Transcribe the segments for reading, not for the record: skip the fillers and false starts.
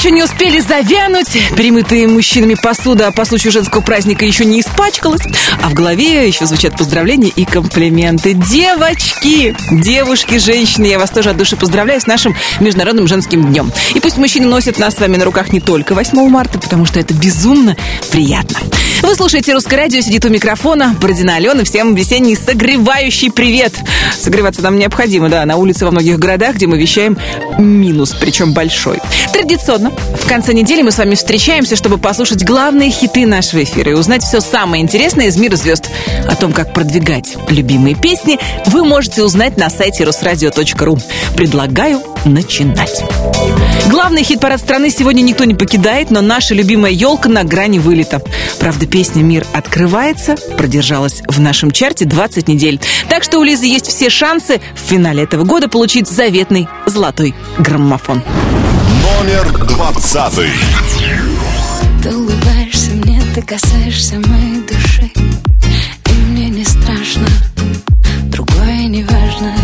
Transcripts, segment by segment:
еще не успели завянуть, перемытые мужчинами посуда по случаю женского праздника еще не испачкалась, а в голове еще звучат поздравления и комплименты. Девочки, девушки, женщины, я вас тоже от души поздравляю с нашим Международным женским днем. И пусть мужчины носят нас с вами на руках не только 8 марта, потому что это безумно приятно. Вы слушаете «Русское радио», сидит у микрофона Бородина Алена. Всем весенний согревающий привет. Согреваться нам необходимо, да, на улице во многих городах, где мы вещаем минус, причем большой. Традиционно в конце недели мы с вами встречаемся, чтобы послушать главные хиты нашего эфира и узнать все самое интересное из мира звезд. О том, как продвигать любимые песни, вы можете узнать на сайте rosradio.ru. Предлагаю начинать. Главный хит-парад страны сегодня никто не покидает, но наша любимая елка на грани вылета. Правда, песня «Мир открывается» продержалась в нашем чарте 20 недель. Так что у Лизы есть все шансы в финале этого года получить заветный золотой граммофон. Номер 20. Ты улыбаешься мне, ты касаешься моей души, и мне не страшно, другое не важно.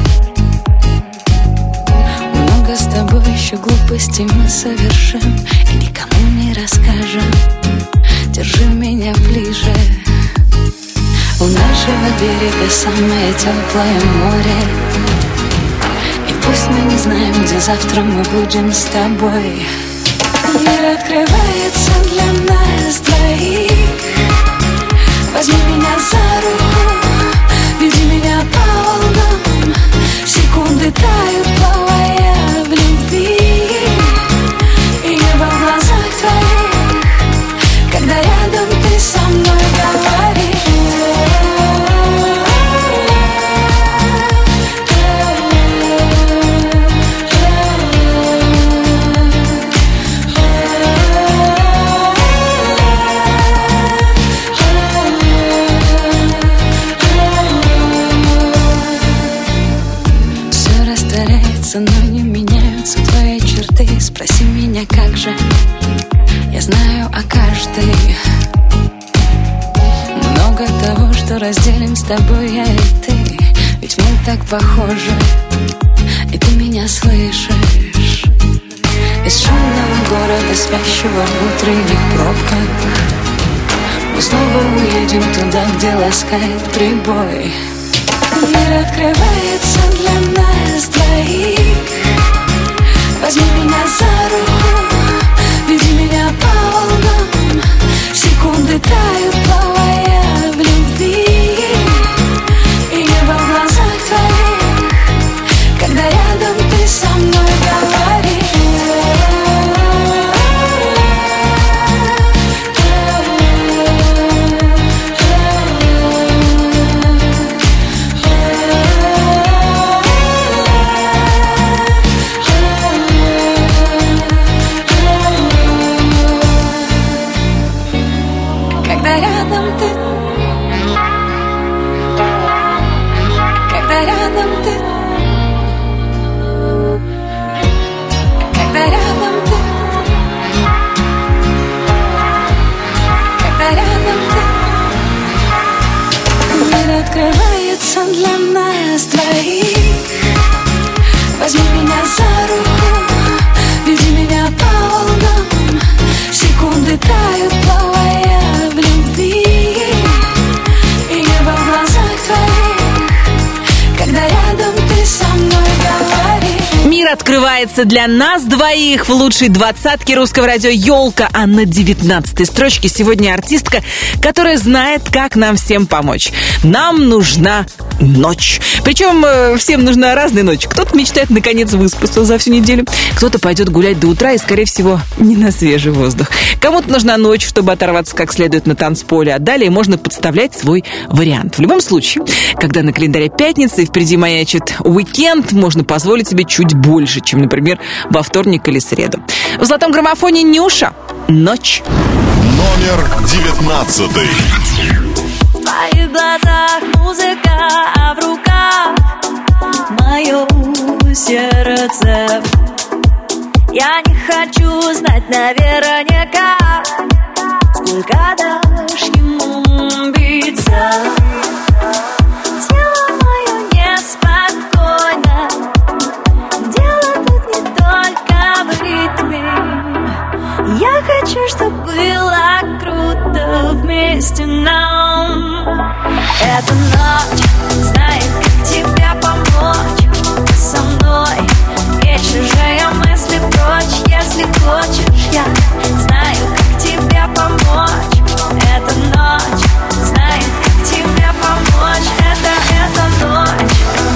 Много с тобой еще глупостей мы совершим и никому не расскажем. Держи меня ближе. У нашего берега самое теплое море, и пусть мы не знаем, где завтра мы будем с тобой. Мир открывается для нас двоих. Возьми меня за руку, веди меня по волнам. Секунды тают, плавая в любви, и небо в глазах твоих, когда рядом ты со мной говоришь. Но не меняются твои черты. Спроси меня, как же. Я знаю о каждой. Много того, что разделим с тобой я и ты. Ведь мы так похожи, и ты меня слышишь. Из шумного города, спящего в утренних пробках, мы снова уедем туда, где ласкает прибой. Мир открывается для нас двоих. Возьми меня за руку, веди меня по волнам. Секунды тают, плавая в любви, и небо в глазах твоих, когда рядом ты со мной говоришь. Открывается для нас двоих. Возьми меня за руку, веди меня по волнам. Секунды тают, плавая в любви, и небо в глазах твоих, когда рядом ты со мной говоришь. Мир открывается для нас двоих в лучшей двадцатке русского радио «Елка». А на 19-й строчке сегодня артистка, которая знает, как нам всем помочь. Нам нужна ночь. Причем всем нужна разная ночь. Кто-то мечтает наконец выспаться за всю неделю, кто-то пойдет гулять до утра и, скорее всего, не на свежий воздух. Кому-то нужна ночь, чтобы оторваться как следует на танцполе, а далее можно подставлять свой вариант. В любом случае, когда на календаре пятница и впереди маячит уикенд, можно позволить себе чуть больше, чем, например, во вторник или среду. В золотом граммофоне Нюша «Ночь». Номер 19. В твоих глазах музыка, а в руках мое сердце. Я не хочу знать наверняка, сколько дашь ему биться. Тело мое неспокойно, дело тут не только в ритме. вместе нам. Эта ночь знает, как тебя помочь. Ты со мной, вечер же я мысли прочь. Если хочешь, я знаю, как тебе помочь. Эта ночь знает, как тебе помочь. Это ночь.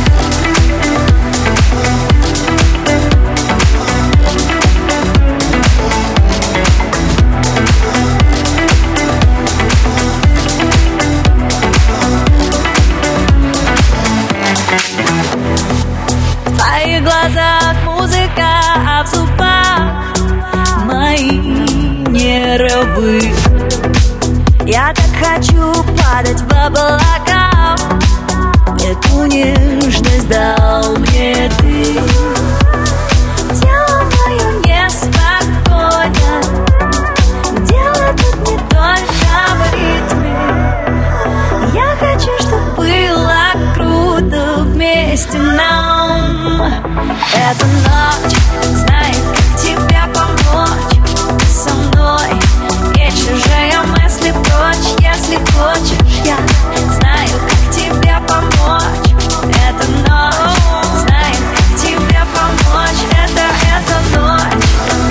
В твоих глазах музыка, а в зубах мои нервы. Я так хочу падать в облака. Эту нежность дал мне ты. Тело мое неспокойно. Дело тут не только в ритме. Я хочу, чтобы было круто вместе нам. Эта ночь знает, как тебе помочь. Ты со мной, вечер же я мысли прочь. Если хочешь, я знаю, как тебе помочь. Эта ночь знает, как тебе помочь. Это ночь.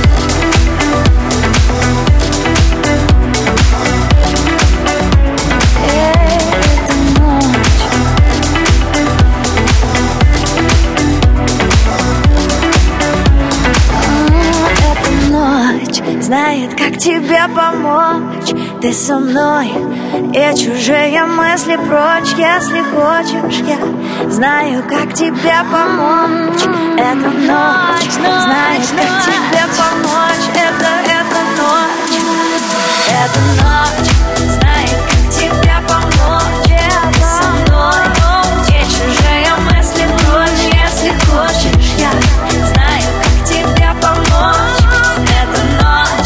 Знает, как тебе помочь. Ты со мной, и чужие мысли прочь. Если хочешь, я знаю, как тебе помочь. Это ночь, знает, как тебе помочь. Это ночь. Это ночь, знает, как тебе помочь. Ты со мной, и чужие мысли прочь. Если хочешь, я знаю, как тебе помочь. Это ночь.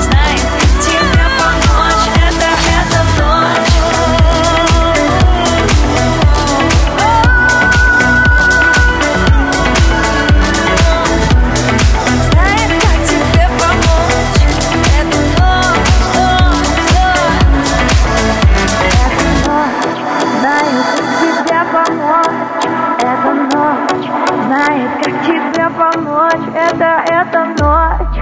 Это ночь.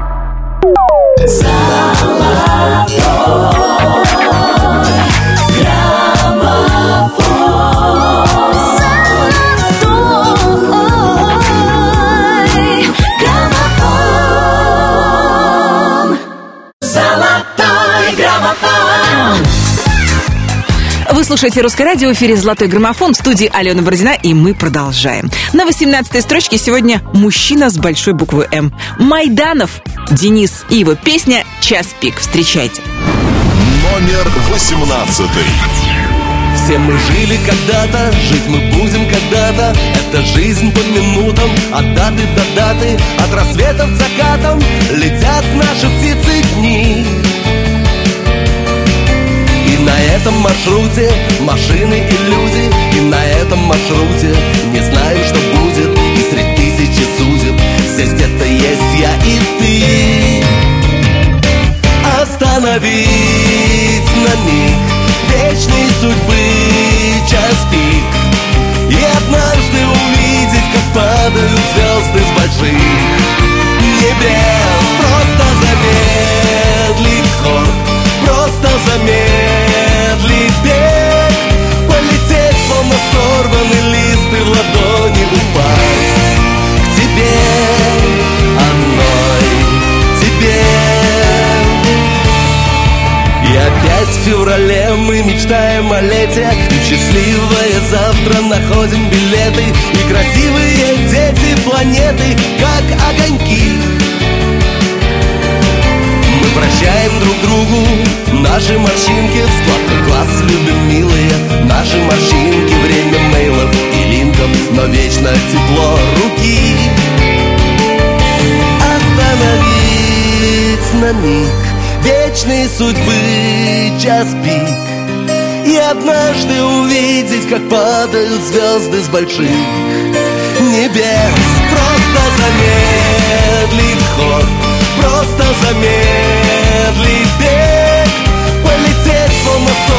Золотой граммофон. Вы слушаете «Русское радио», в эфире «Золотой граммофон», в студии Алена Бородина, и мы продолжаем. На 18-й строчке сегодня мужчина с большой буквы «М». Майданов Денис и его песня «Час пик». Встречайте. Номер 18. Все мы жили когда-то, жить мы будем когда-то. Это жизнь по минутам, от даты до даты. От рассвета к закатам летят наши птицы дни. И на этом маршруте машины и люди. И на этом маршруте не знаю, что будет. И среди тысячи судеб здесь где-то есть я и ты. Остановить на миг вечной судьбы час пик. И однажды увидеть, как падают звезды с больших небес. Просто замедлить ход, просто замедлить бег. Полететь, словно сорванный лист, и в ладони упасть к тебе, одной тебе. И опять в феврале мы мечтаем о лете. И в счастливое завтра находим билеты. И красивые дети планеты, как огоньки. Мы прощаем друг другу наши морщинки. В складках глаз любим, милые, наши морщинки. Время мейлов и линков, но вечно тепло руки. Остановить на миг вечной судьбы час пик. И однажды увидеть, как падают звезды с больших небес. Просто замедлить ход, просто замедлить бег. Полететь, словно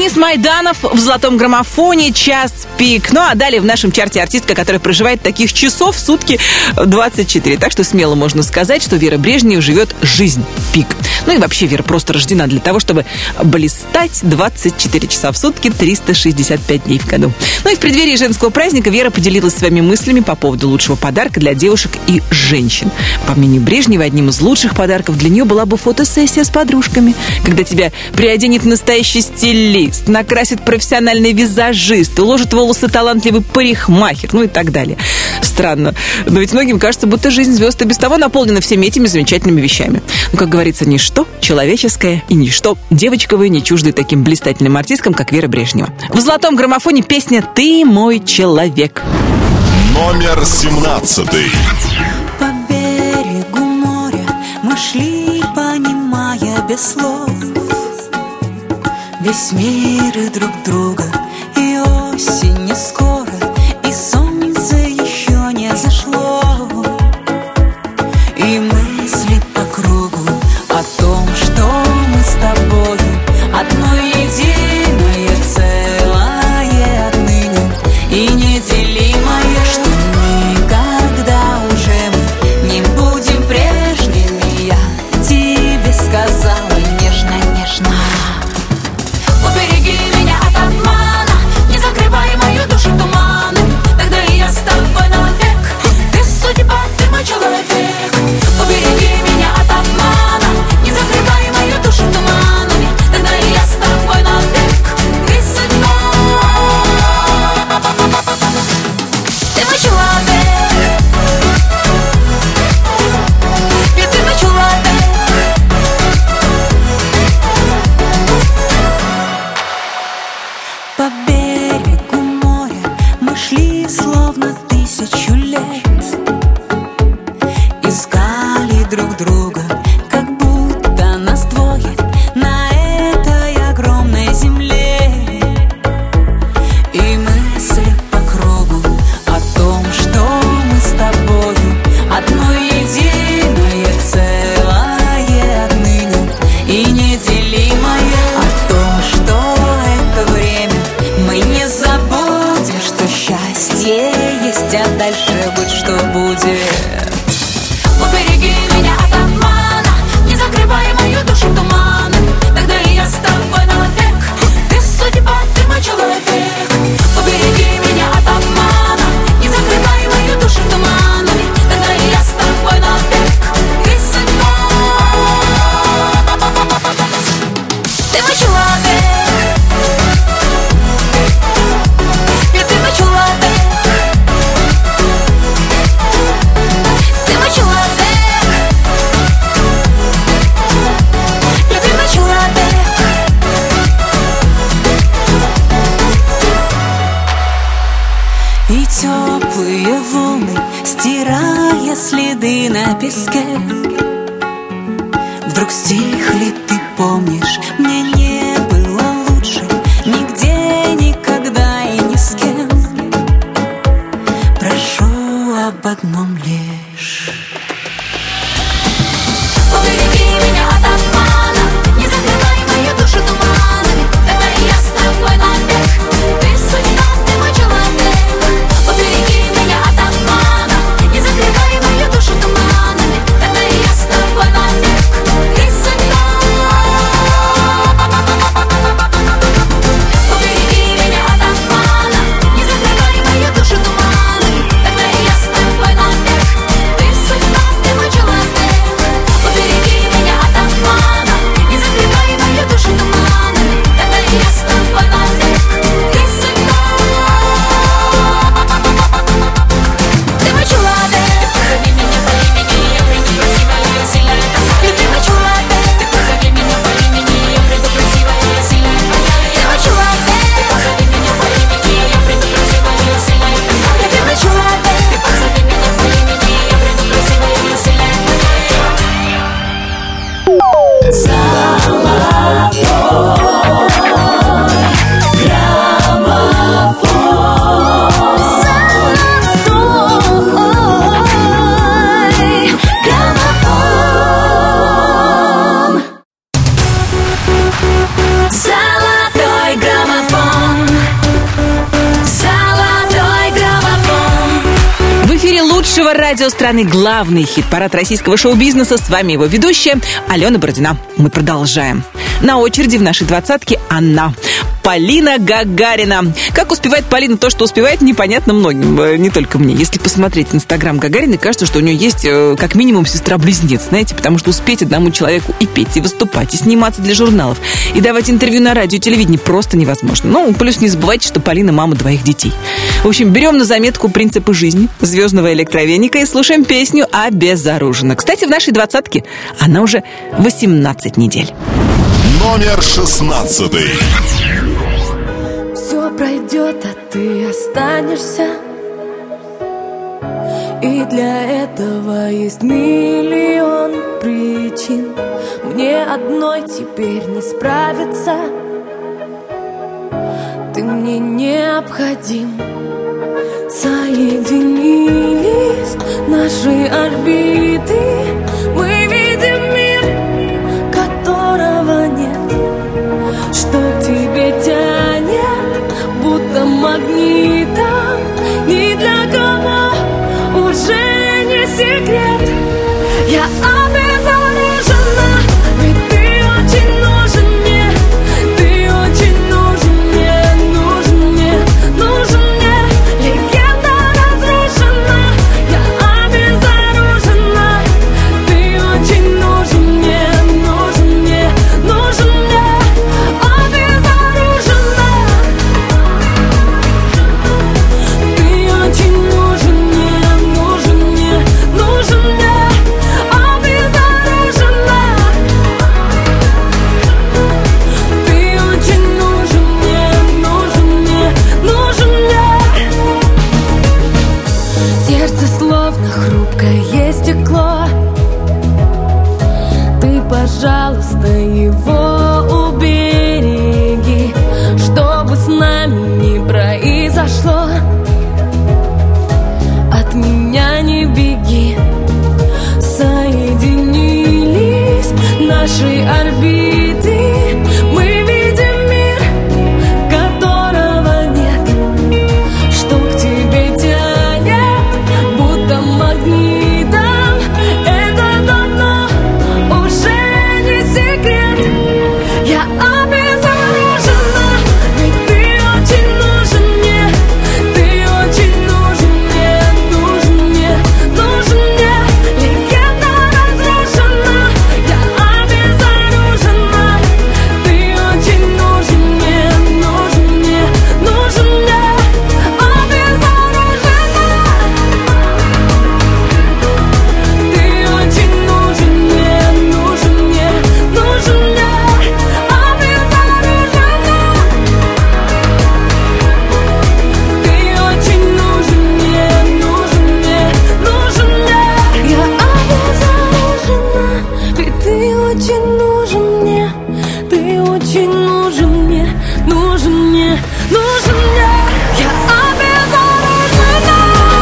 Денис Майданов в «Золотом граммофоне», час пик. Ну а далее в нашем чарте артистка, которая проживает таких часов в сутки 24. Так что смело можно сказать, что Вера Брежнева живет жизнь пик. Ну и вообще Вера просто рождена для того, чтобы блистать 24 часа в сутки, 365 дней в году. Ну и в преддверии женского праздника Вера поделилась своими мыслями по поводу лучшего подарка для девушек и женщин. По мнению Брежневой, одним из лучших подарков для нее была бы фотосессия с подружками, когда тебя приоденет настоящий стилист, накрасит профессиональный визажист, уложит волосы талантливый парикмахер, ну и так далее. Странно, но ведь многим кажется, будто жизнь звезд и без того наполнена всеми этими замечательными вещами. Но, как говорится, ничто человеческое и ничто девочковое не чужды таким блистательным артисткам, как Вера Брежнева. В «Золотом граммофоне» песня «Ты мой человек». Номер 17. По берегу моря мы шли, понимая без слов весь мир и друг друга, и осень не скоро, и солнце еще не зашло, и мысли по кругу о том, что мы с тобою одно единое целое отныне и неделимое, что никогда уже мы не будем прежними. Я тебе сказала нежно-нежно: убереги меня от обмана, не закрывай мою душу туманом, тогда и я с тобой навек. Ты судьба, ты мой человек. Убереги меня от обмана, не закрывай мою душу туманом, тогда и я с тобой навек. Ты судьба, ты мой человек, и ты мой человек. По берегу моря мы шли словно 1000 лет, искали друг друга, как будто нас двое на этой огромной земле, и мысли по кругу о том, что мы с тобою одно единое целое отныне и неделимое, о том, что это время мы не забудем, что счастье есть, а дальше будь что будет. Убереги меня от обмана, не закрывай мою душу туманом, тогда и я с тобой навек. Ты судьба, ты мой человек. Убереги меня от обмана, не закрывай мою душу туманом, тогда и я с тобой навек. Ты судьба, ты мой человек, и ты мой человек. Ты мой человек, и ты мой человек. И теплые волны, стирая следы на песке, вдруг стихли, ты помнишь, мне не было лучше нигде, никогда и ни с кем. Прошу об одном лишь: убереги меня от обмана, не закрывай мою душу туманом, тогда и я с тобой навек. Ты судьба, ты мой человек. Убереги меня от обмана, не закрывай мою душу туманом, тогда и я с тобой навек. Ты судьба, убереги меня от обмана, не закрывай мою душу туманом, тогда и я с тобой навек. Ты судьба, ты мой человек. Убереги меня от обмана, не закрывай мою душу туманом, тогда и я с тобой навек. Ты судьба, ты мой человек. Позови меня по имени, я приду красивая, я сильная, и ты мой человек. Позови меня по имени, я приду красивая, я сильная, ты мой человек. Позови меня по имени, я приду красивая, я сильная, и ты мой человек. Позови меня по имени, я приду красивая, я сильная. Золотой граммофон. лучшего радио страны, главный хит-парад российского шоу-бизнеса. С вами его ведущая Алена Бородина. Мы продолжаем. На очереди в нашей двадцатке она, Полина Гагарина. Как успевает Полина то, что успевает, непонятно многим, не только мне. Если посмотреть инстаграм Гагариной, кажется, что у нее есть как минимум сестра-близнец, знаете, потому что успеть одному человеку и петь, и выступать, и сниматься для журналов, и давать интервью на радио и телевидении просто невозможно. Ну, плюс не забывайте, что Полина мама двоих детей. В общем, берем на заметку принципы жизни звездного электровеника и слушаем песню «Обезоружена». Кстати, в нашей двадцатке она уже 18 недель. Номер 16. Все пройдет, а ты останешься. И для этого есть миллион причин. Мне одной теперь не справиться. Ты мне необходим. Соединились наши орбиты. Мы видим мир, которого нет. Что к тебе тянет, будто магнитом. Ни для кого уже не секрет. Я обезоружена, ведь ты очень нужен мне. Ты очень нужен мне, нужен мне, нужен мне. Легенда разрушена, я обезоружена. Ты очень нужен мне, нужен мне, нужен мне. Обезоружена. Ты очень нужен мне, нужен мне, нужен мне. Обезоружена. Ты очень нужен мне, нужен мне, нужен мне. Сердце словно хрупкое стекло. Ты, пожалуйста, его убереги, чтобы с нами не произошло. От меня не беги. Соединились наши орбиты. Мы видим мир, которого нет. Что к тебе тянет, будто магнитом. Это давно уже не секрет. Я обезоружена, ведь ты очень нужен мне. Ты очень нужен мне, нужен мне, нужен мне. Легенда разрушена, я обезоружена. Ты очень нужен мне, нужен мне, нужен мне. Обезоружена. Ты очень нужен мне, нужен мне, нужен мне. Обезоружена. Ты очень нужен мне, нужен мне, нужен мне. Я обезоружена, ведь ты очень нужен мне. Ты очень нужен мне, нужен мне, нужен мне. Я обезоружена.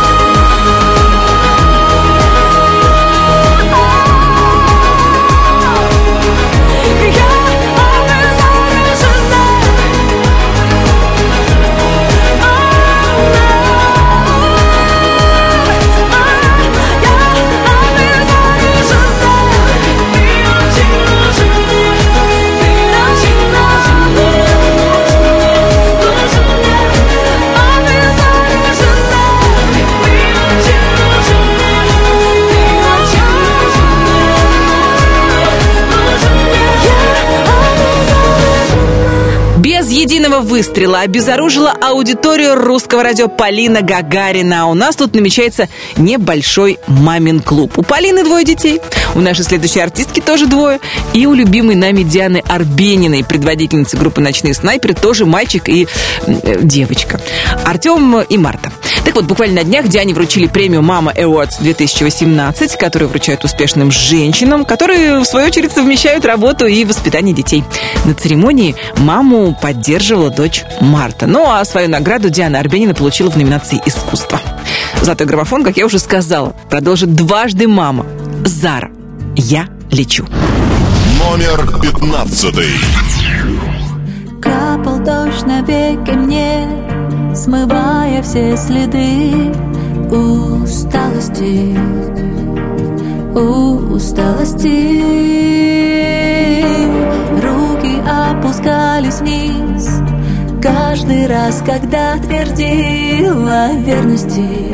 Без единого выстрела обезоружила аудиторию русского радио Полина Гагарина. У нас тут намечается небольшой мамин клуб. У Полины 2 детей, у нашей следующей артистки тоже 2, и у любимой нами Дианы Арбениной, предводительницы группы «Ночные снайперы», тоже мальчик и девочка. Артем и Марта. Так вот, буквально на днях Диане вручили премию «Мама Awards 2018», которую вручают успешным женщинам, которые, в свою очередь, совмещают работу и воспитание детей. На церемонии маму поддерживала дочь Марта. Ну, а свою награду Диана Арбенина получила в номинации «Искусство». Золотой граммофон, как я уже сказала, продолжит дважды мама. Зара. «Я лечу». Номер 15. Капал дождь на веки мне, смывая все следы. усталости, руки опускались вниз каждый раз, когда твердила о верности,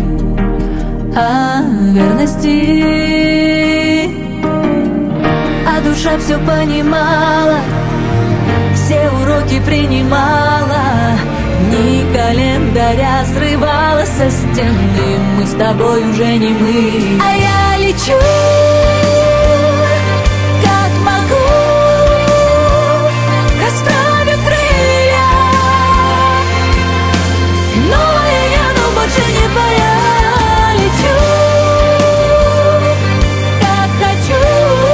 а душа все понимала, все уроки принимала, дни календаря срывала со стены. Мы с тобой уже не мы, а я лечу, как могу, расправив крылья. Новая я, но больше не твоя. Лечу, как хочу,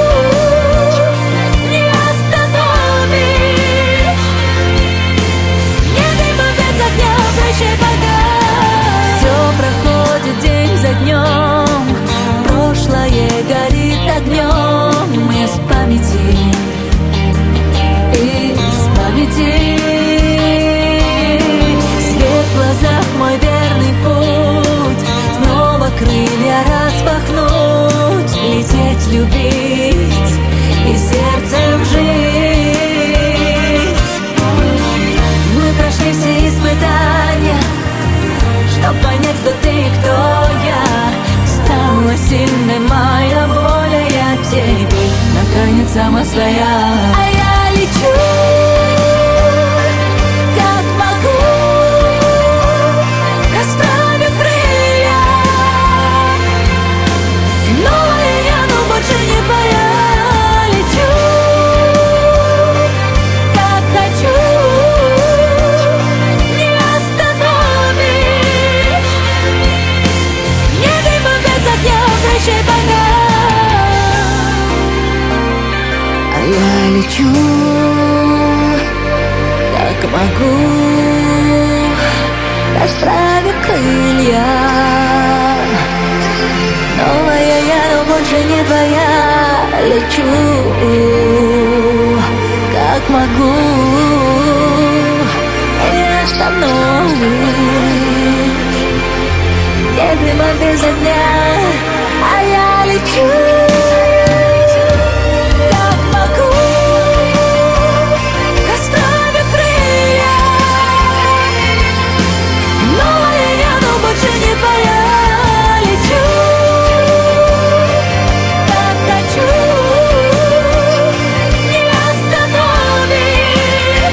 не остановишь. Не дыма без огня, прощай пока. Все проходит день за днем, прошлое горит огнем. Из памяти, свет в глазах мой верный путь. Снова крылья распахнуть, лететь, любить и сердцем жить. Мы прошли все испытания, чтоб понять, кто ты и кто я. Стала сильной моя воля, я теперь наконец сама своя. А я лечу, как могу, расправив крылья. Новая я, но больше не твоя. Лечу, как хочу, не остановишь. Не дыма без огня, прощай пока. А я лечу, как могу, расправив крылья. Новая я, но больше не твоя. Лечу, как могу, не остановишь. Не дыма без огня, а я лечу, как могу, расправив крылья. Новая я, но больше не твоя. Лечу, как хочу, не остановишь.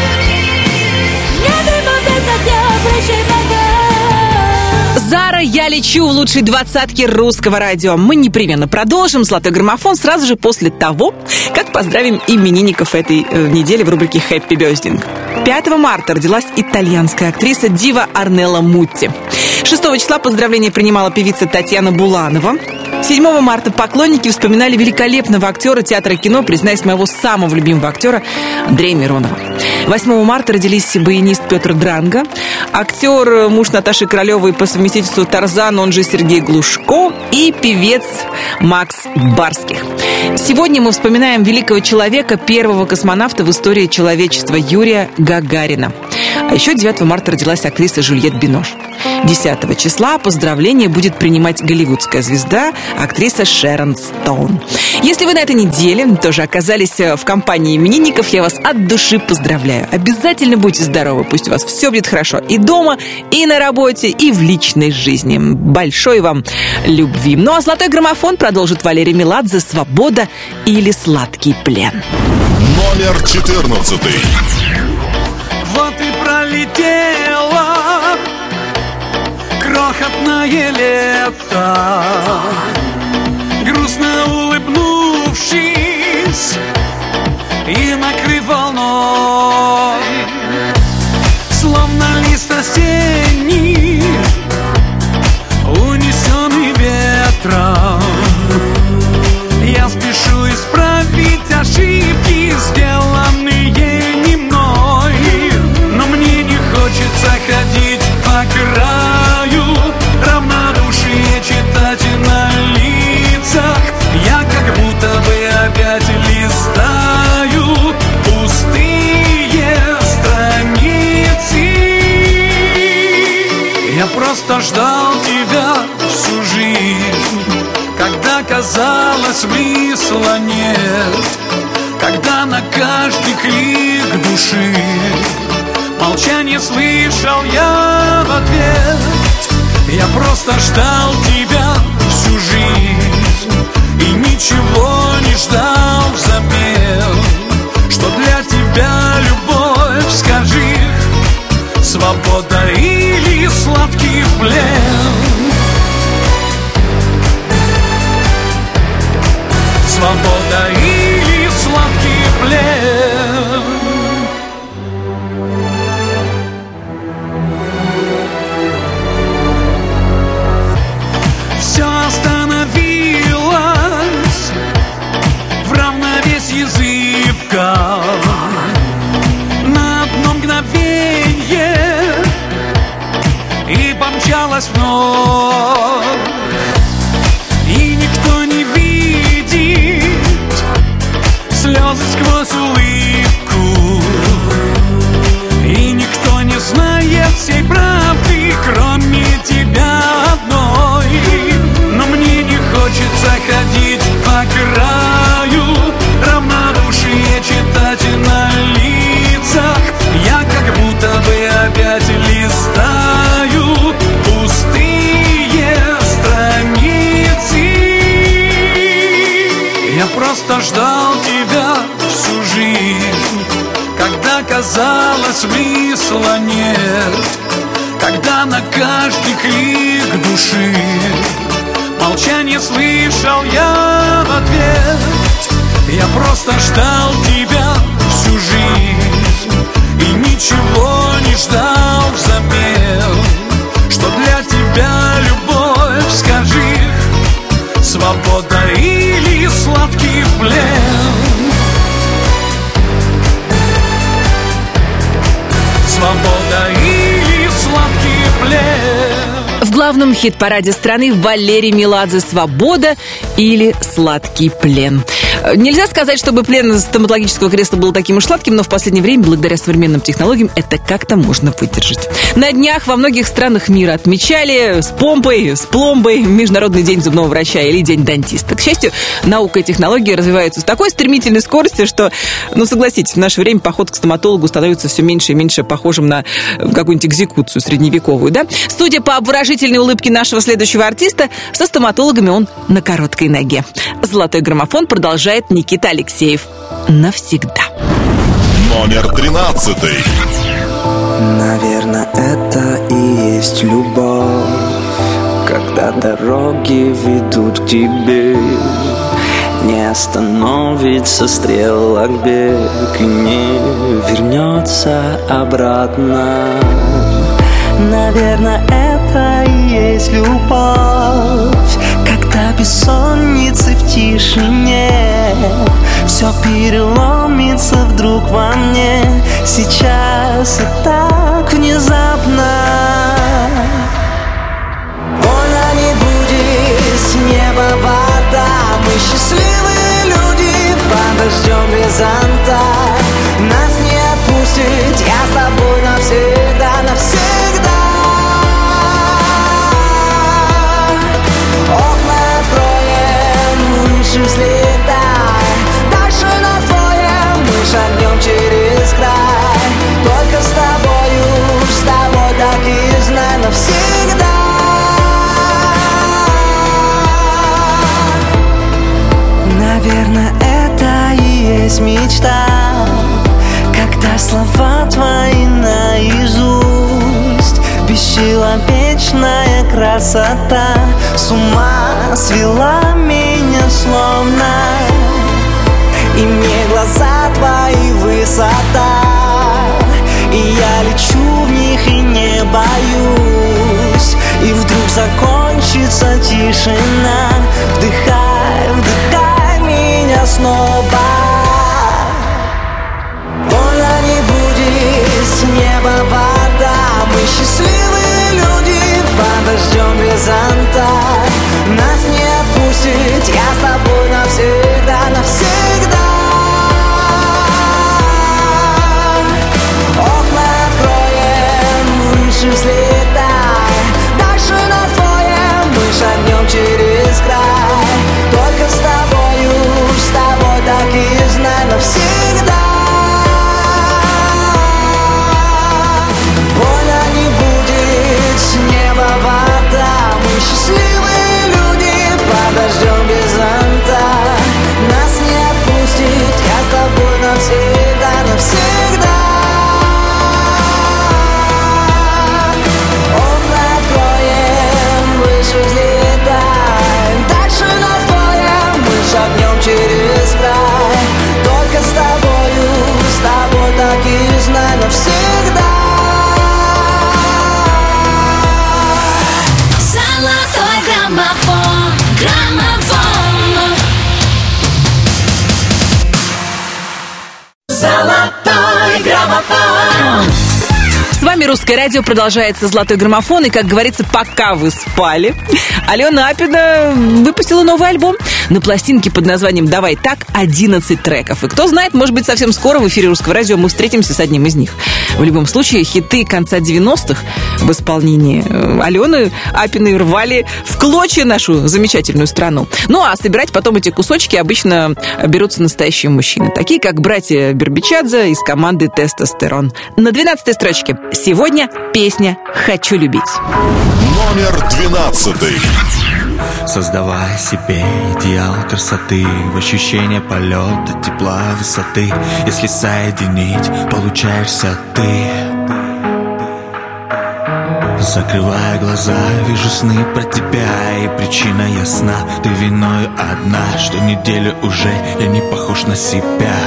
Не дыма без огня, прощай пока. Зара, я лечу в лучшей двадцатке русского радио. Мы непременно продолжим «Золотой граммофон» сразу же после того, как поздравим именинников этой недели в рубрике «Хэппи Бёздинг». 5 марта родилась итальянская актриса Дива Орнелла Мутти. 6 числа поздравления принимала певица Татьяна Буланова. 7 марта поклонники вспоминали великолепного актера театра и кино, признаясь, моего самого любимого актера Андрея Миронова. 8 марта родились баянист Петр Дранго, актер, муж Наташи Королевой по совместительству Тарзан, он же Сергей Глушко, и певец Макс Барских. Сегодня мы вспоминаем великого человека, первого космонавта в истории человечества Юрия Гагарина. А еще 9 марта родилась актриса Жюльет Бинош. 10 числа поздравления будет принимать голливудская звезда, актриса Шерон Стоун. Если вы на этой неделе тоже оказались в компании именинников, я вас от души поздравляю. Обязательно будьте здоровы, пусть у вас все будет хорошо и дома, и на работе, и в личной жизни. Большой вам любви. Ну а «Золотой граммофон» продолжит Валерий Меладзе «Свобода или сладкий плен». Номер 14. Вот и пролетело крохотное лето, грустно улыбнувшись и накрыв волной, словно лист осенний, унесенный ветром. Я спешу исправить ошибки, сделанные не мной, но мне не хочется ходить по краю, равнодушие читать на лицах. Я как будто бы опять листаю казалось, смысла нет, когда на каждый крик души молчание слышал я в ответ. Я просто ждал тебя всю жизнь и ничего не ждал взамен. Что для тебя любовь, скажи, свобода или сладкий плен? Свобода или сладкий плен? Все остановилось в равновесии зыбко. На одно мгновенье и помчалась вновь. И никто не видит слезы сквозь улыбку, и никто не знает всей правды, кроме тебя одной. Но мне не хочется ходить по краю, равнодушие читать на лицах. Я как будто бы опять листаю пустые страницы. Я просто ждал тебя всю жизнь, когда казалось, смысла нет, когда на каждый крик души молчание слышал я в ответ. Я просто ждал тебя всю жизнь и ничего не ждал взамен. Что для тебя любовь, скажи, свобода или сладкий плен? Свобода или сладкий плен? В главном хит-параде страны Валерий Меладзе «Свобода» или «Сладкий плен». Нельзя сказать, чтобы плен стоматологического кресла был таким уж сладким, но в последнее время, благодаря современным технологиям, это как-то можно выдержать. На днях во многих странах мира отмечали с помпой, с пломбой Международный день зубного врача или День дантиста. К счастью, наука и технологии развиваются с такой стремительной скоростью, что, согласитесь, в наше время поход к стоматологу становится все меньше и меньше похожим на какую-нибудь экзекуцию средневековую, да? Судя по обворожительной улыбке нашего следующего артиста, со стоматологами он на короткой ноге. «Золотой граммофон» продолжает Никита Алексеев. Навсегда. Номер 13. Наверное, это и есть любовь, когда дороги ведут к тебе. Не остановится стрелок бег и не вернется обратно. Наверное, это и есть любовь, когда бессонницы в тишине все переломится вдруг во мне. Сейчас и так внезапно. Больно не будет с неба вода. Мы счастливые люди, подождем без зонта. Нас не отпустит, я с тобой навсегда, навсегда. Окна откроем, выше взлетай. Дальше нас двое, мы шагнем через край. Только с тобой так и знай навсегда. Наверное, это и есть мечта, когда слова твои наизусть. Бесчеловечная красота с ума свела меня словно. И мне глаза твои высота, и я лечу в них и не боюсь. И вдруг закончится тишина. Вдыхай, вдыхай меня снова. Больно не будет с неба вода. Мы счастливые люди, подождем без зонта. Нас не отпустит, я с тобой навсегда, навсегда. Окна откроем, выше взлетай. Дальше нас двое, мы шагнем через край. вами «Русское радио», продолжается «Золотой граммофон». И, как говорится, пока вы спали, Алена Апина выпустила новый альбом. На пластинке под названием «Давай так» 11 треков. И кто знает, может быть, совсем скоро в эфире «Русского радио» мы встретимся с одним из них. В любом случае, хиты конца 90-х в исполнении Алены Апиной рвали в клочья нашу замечательную страну. Ну, а собирать потом эти кусочки обычно берутся настоящие мужчины, такие как братья Бербичадзе из команды «Тестостерон». На 12-й строчке сегодня песня «Хочу любить». Номер 12. Создавай себе идеал красоты, в ощущение полета, тепла, высоты. Если соединить, получаешься ты. Закрывая глаза, вижу сны про тебя, и причина ясна. Ты виною одна, что неделю уже я не похож на себя.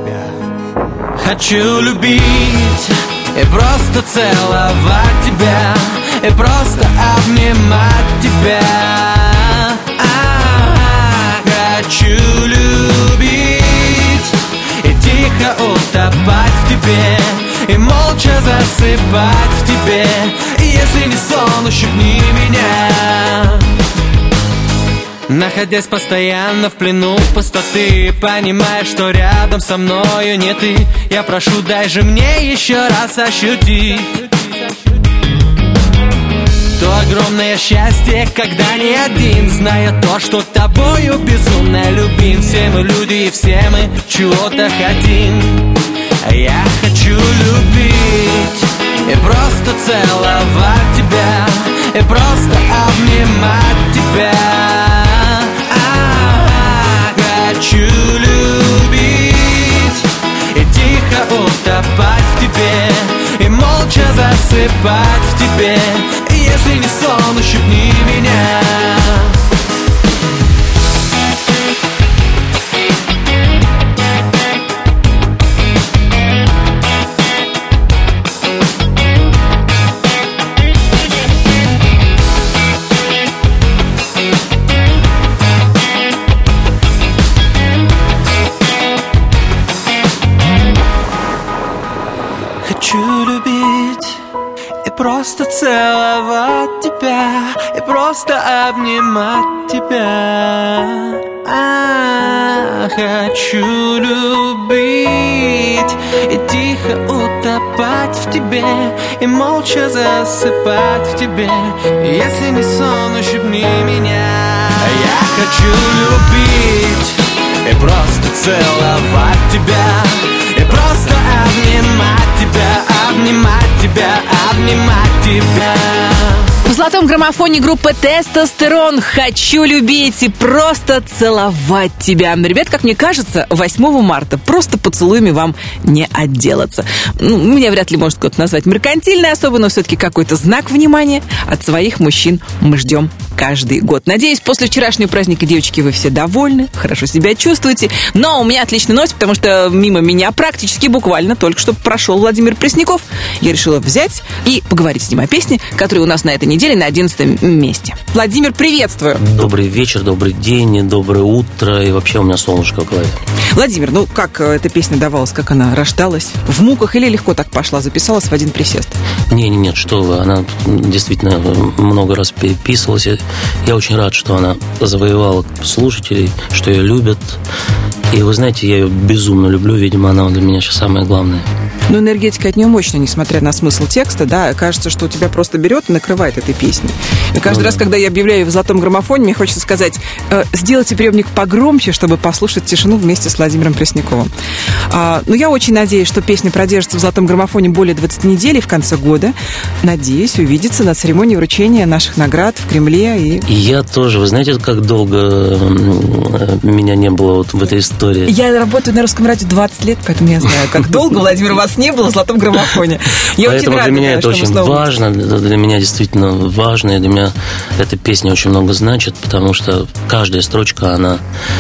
Хочу любить и просто целовать тебя, и просто обнимать тебя. Хочу любить и тихо утопать в тебе, и молча засыпать в тебе. И если не сон, ущипни меня. Находясь постоянно в плену пустоты, понимая, что рядом со мною не ты, я прошу, дай же мне еще раз ощутить то огромное счастье, когда не один, зная то, что тобою безумно любим. Все мы люди и все мы чего-то хотим. А я хочу любить и просто целовать тебя, и просто обнимать тебя. Хочу любить и тихо утопать в тебе, и молча засыпать в тебе. И если не сон, ущипни меня. Хочу любить и просто целовать тебя, и просто обнимать тебя. Хочу любить и тихо утопать в тебе, и молча засыпать в тебе. Если не сон, ущипни меня. Я хочу любить и просто целовать тебя, и просто обнимать тебя, обнимать тебя, обнимать тебя. В «Золотом граммофоне» группа «Тестостерон». «Хочу любить и просто целовать тебя». Ребят, как мне кажется, 8 марта просто поцелуями вам не отделаться. Меня вряд ли может кто-то назвать меркантильной особо, но все-таки какой-то знак внимания от своих мужчин мы ждем каждый год. Надеюсь, после вчерашнего праздника, девочки, вы все довольны, хорошо себя чувствуете. Но у меня отличная новость, потому что мимо меня практически буквально только что прошел Владимир Пресняков. Я решила взять и поговорить с ним о песне, которая у нас на этой неделе на 11 месте. Владимир, приветствую. Добрый вечер, добрый день, доброе утро, и вообще у меня солнышко в голове. Владимир, как эта песня давалась, как она рождалась? В муках или легко так пошла, записалась в один присест? Нет, что вы, она действительно много раз переписывалась. Я очень рад, что она завоевала слушателей, что ее любят. И вы знаете, я ее безумно люблю, видимо, она для меня сейчас самое главное. Но энергетика от нее мощная, несмотря на смысл текста, да, кажется, что тебя просто берет и накрывает этой песней. И каждый раз, когда я объявляю в «Золотом граммофоне», мне хочется сказать, сделайте приемник погромче, чтобы послушать тишину вместе с Владимиром Пресняковым. Но я очень надеюсь, что песня продержится в «Золотом граммофоне» более 20 недель, и в конце года, надеюсь, увидеться на церемонии вручения наших наград в Кремле. И я тоже. Вы знаете, как долго меня не было вот в этой истории? Я работаю на Русском радио 20 лет, поэтому я знаю, как долго, Владимир, вас не было в «Золотом граммофоне». Я Поэтому очень рада, для меня это очень важно, для меня действительно важно, и для меня эта песня очень много значит, потому что каждая строчка, она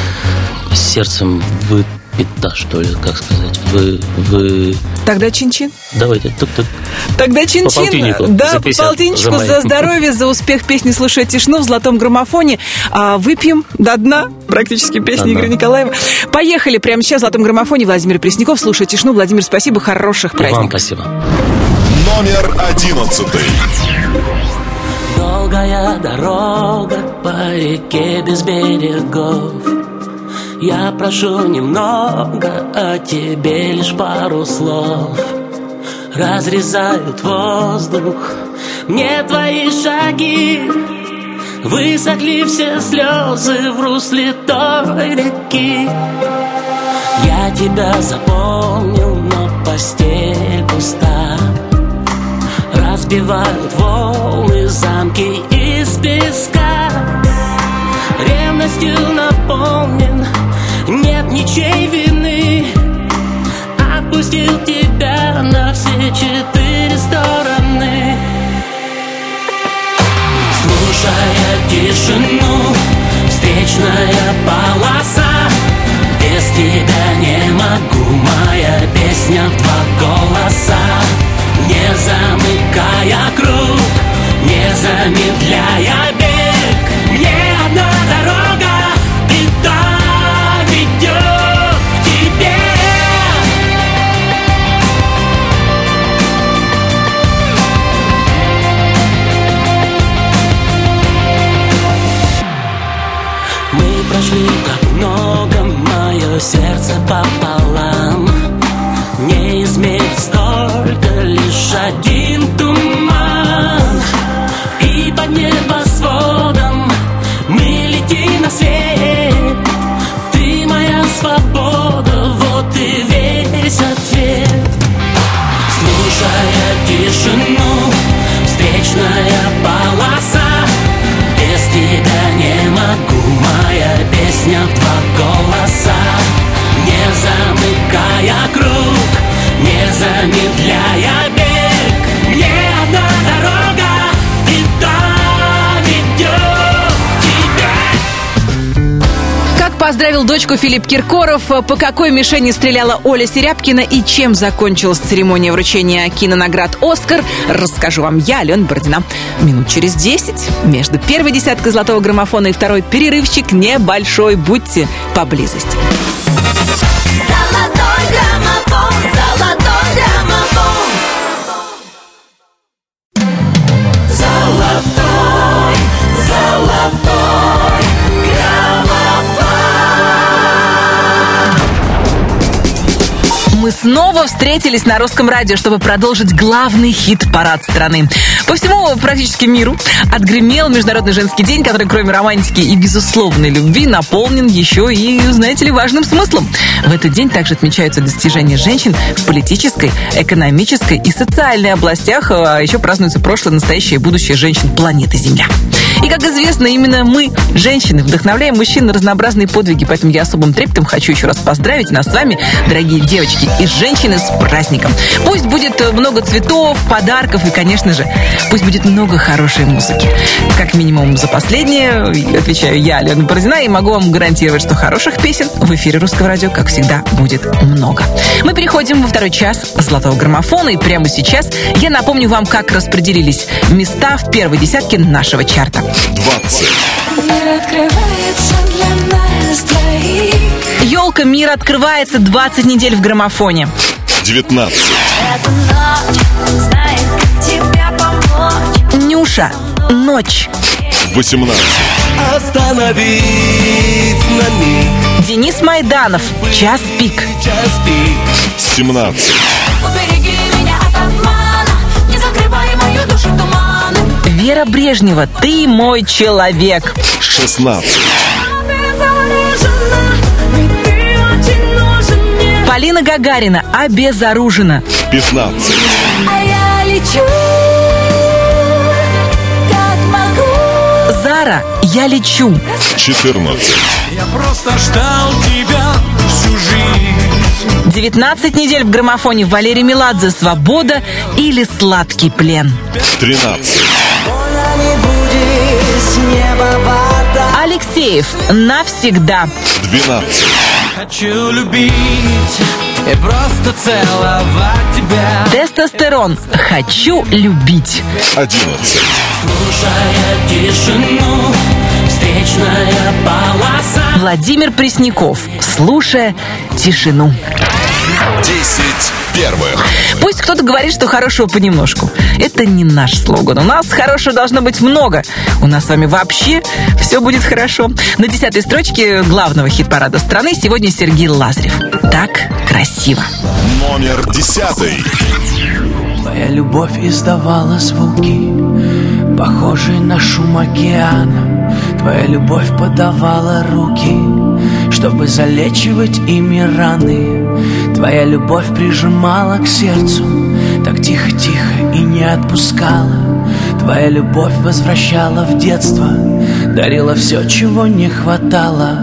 сердцем выпита, что ли, как сказать. Вы... Тогда чин-чин. Давайте, тук-тук. Тогда чин-чин. По полтиннику. Да, по полтинничку за здоровье, за успех песни «Слушай тишину» в «Золотом граммофоне». Выпьем до дна практически песни Игоря Николаева. Поехали прямо сейчас в «Золотом граммофоне». Владимир Пресняков, «Слушай тишину». Владимир, спасибо, хороших праздников. Вам спасибо. Номер 11. Долгая дорога по реке без берегов. Я прошу немного, а тебе лишь пару слов. Разрезают воздух мне твои шаги. Высохли все слезы в русле той реки. Я тебя запомнил, но постель пуста. Разбивают волны замки из песка. Ревностью наполнен, нет ничьей вины. Отпустил тебя на все 4 стороны. Слушая тишину, встречная полоса. Без тебя не могу, моя песня в 2 голоса. Не замыкая круг, не замедляя бег. Мне одна дорога, и та ведет к тебе. Мы прошли так много, мое сердце пополам. Не измерить столько, лишь один туман. И под небосводом мы летим на свет. Ты моя свобода, вот и весь ответ. Слушая тишину, встречная полоса. Без тебя не могу, моя песня в 2 голоса. Не замыкая круг, не замедляя бег. Мне одна дорога, и та ведет тебя. Как поздравил дочку Филипп Киркоров, по какой мишени стреляла Оля Серябкина и чем закончилась церемония вручения кинонаград «Оскар», расскажу вам я, Алена Бородина. Минут через 10 между первой десяткой золотого граммофона и второй перерывчик небольшой. Будьте поблизости. Золотой граммофон, золотой граммофон. Золотой, золотой граммофон. Мы снова встретились на Русском радио, чтобы продолжить главный хит-парад страны. По всему практически миру отгремел Международный женский день, который, кроме романтики и безусловной любви, наполнен еще и, знаете ли, важным смыслом. В этот день также отмечаются достижения женщин в политической, экономической и социальной областях, а еще празднуется прошлое, настоящее и будущее женщин планеты Земля. И, как известно, именно мы, женщины, вдохновляем мужчин на разнообразные подвиги, поэтому я особым трепетом хочу еще раз поздравить нас с вами, дорогие девочки и женщины, с праздником. Пусть будет много цветов, подарков и, конечно же, пусть будет много хорошей музыки. Как минимум за последнее отвечаю я, Алена Бородина, и могу вам гарантировать, что хороших песен в эфире Русского радио, как всегда, будет много. Мы переходим во второй час золотого граммофона, и прямо сейчас я напомню вам, как распределились места в первой десятке нашего чарта. 20. Мир открывается для нас двоих. Елка «Мир открывается» 20 недель в граммофоне. 19. Эта ночь знает, как тебя помочь. Нюша «Ночь». 18. Остановить на миг. Денис Майданов «Час пик». 17. Убереги меня от обмана, не закрывай мою душу туманом. Вера Брежнева «Ты мой человек». 16. Полина Гагарина «Обезоружена». 15. А я лечу, как могу. Зара «Я лечу». 14. Я просто ждал тебя всю жизнь. 19 недель в граммофоне. Валерий Меладзе «Свобода» или «Сладкий плен». 13. Алексеев «Навсегда». 12. Хочу любить и просто целовать тебя. Тестостерон «Хочу любить». 11. Слушая тишину, встречная полоса. Владимир Пресняков «Слушая тишину». 10 первых. Пусть кто-то говорит, что хорошего понемножку. Это не наш слоган. У нас хорошего должно быть много. У нас с вами вообще все будет хорошо. На 10-й строчке главного хит-парада страны сегодня Сергей Лазарев. Так красиво. Номер 10. Твоя любовь издавала звуки, похожие на шум океана. Твоя любовь подавала руки, чтобы залечивать ими раны. Твоя любовь прижимала к сердцу так тихо-тихо и не отпускала. Твоя любовь возвращала в детство, дарила все, чего не хватало.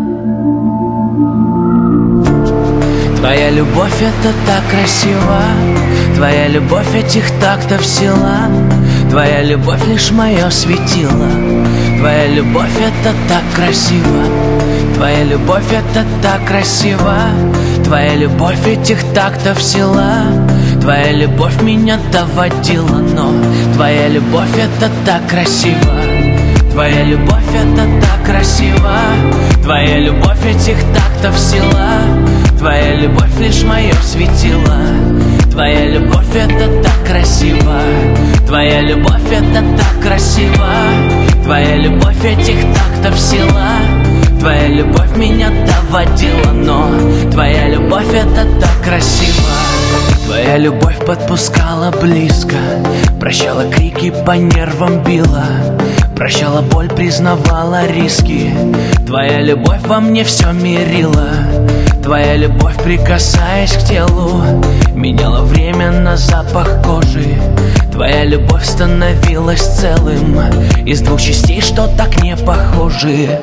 Твоя любовь это так красиво, твоя любовь этих тактов сила. Твоя любовь лишь мое светило, твоя любовь это так красиво. Твоя любовь это так красиво, твоя любовь этих тактов сила. Твоя любовь меня доводила, но твоя любовь это так красиво. Твоя любовь это так красиво, твоя любовь этих тактов сила. Твоя любовь лишь мое светило, твоя любовь это так красиво. Твоя любовь это так красиво, твоя любовь этих тактов сила. Твоя любовь меня доводила, но твоя любовь это так красиво. Твоя любовь подпускала близко, прощала крики, по нервам била, прощала боль, признавала риски. Твоя любовь во мне все мирила. Твоя любовь, прикасаясь к телу, меняла время на запах кожи. Твоя любовь становилась целым из двух частей, что так не похожи.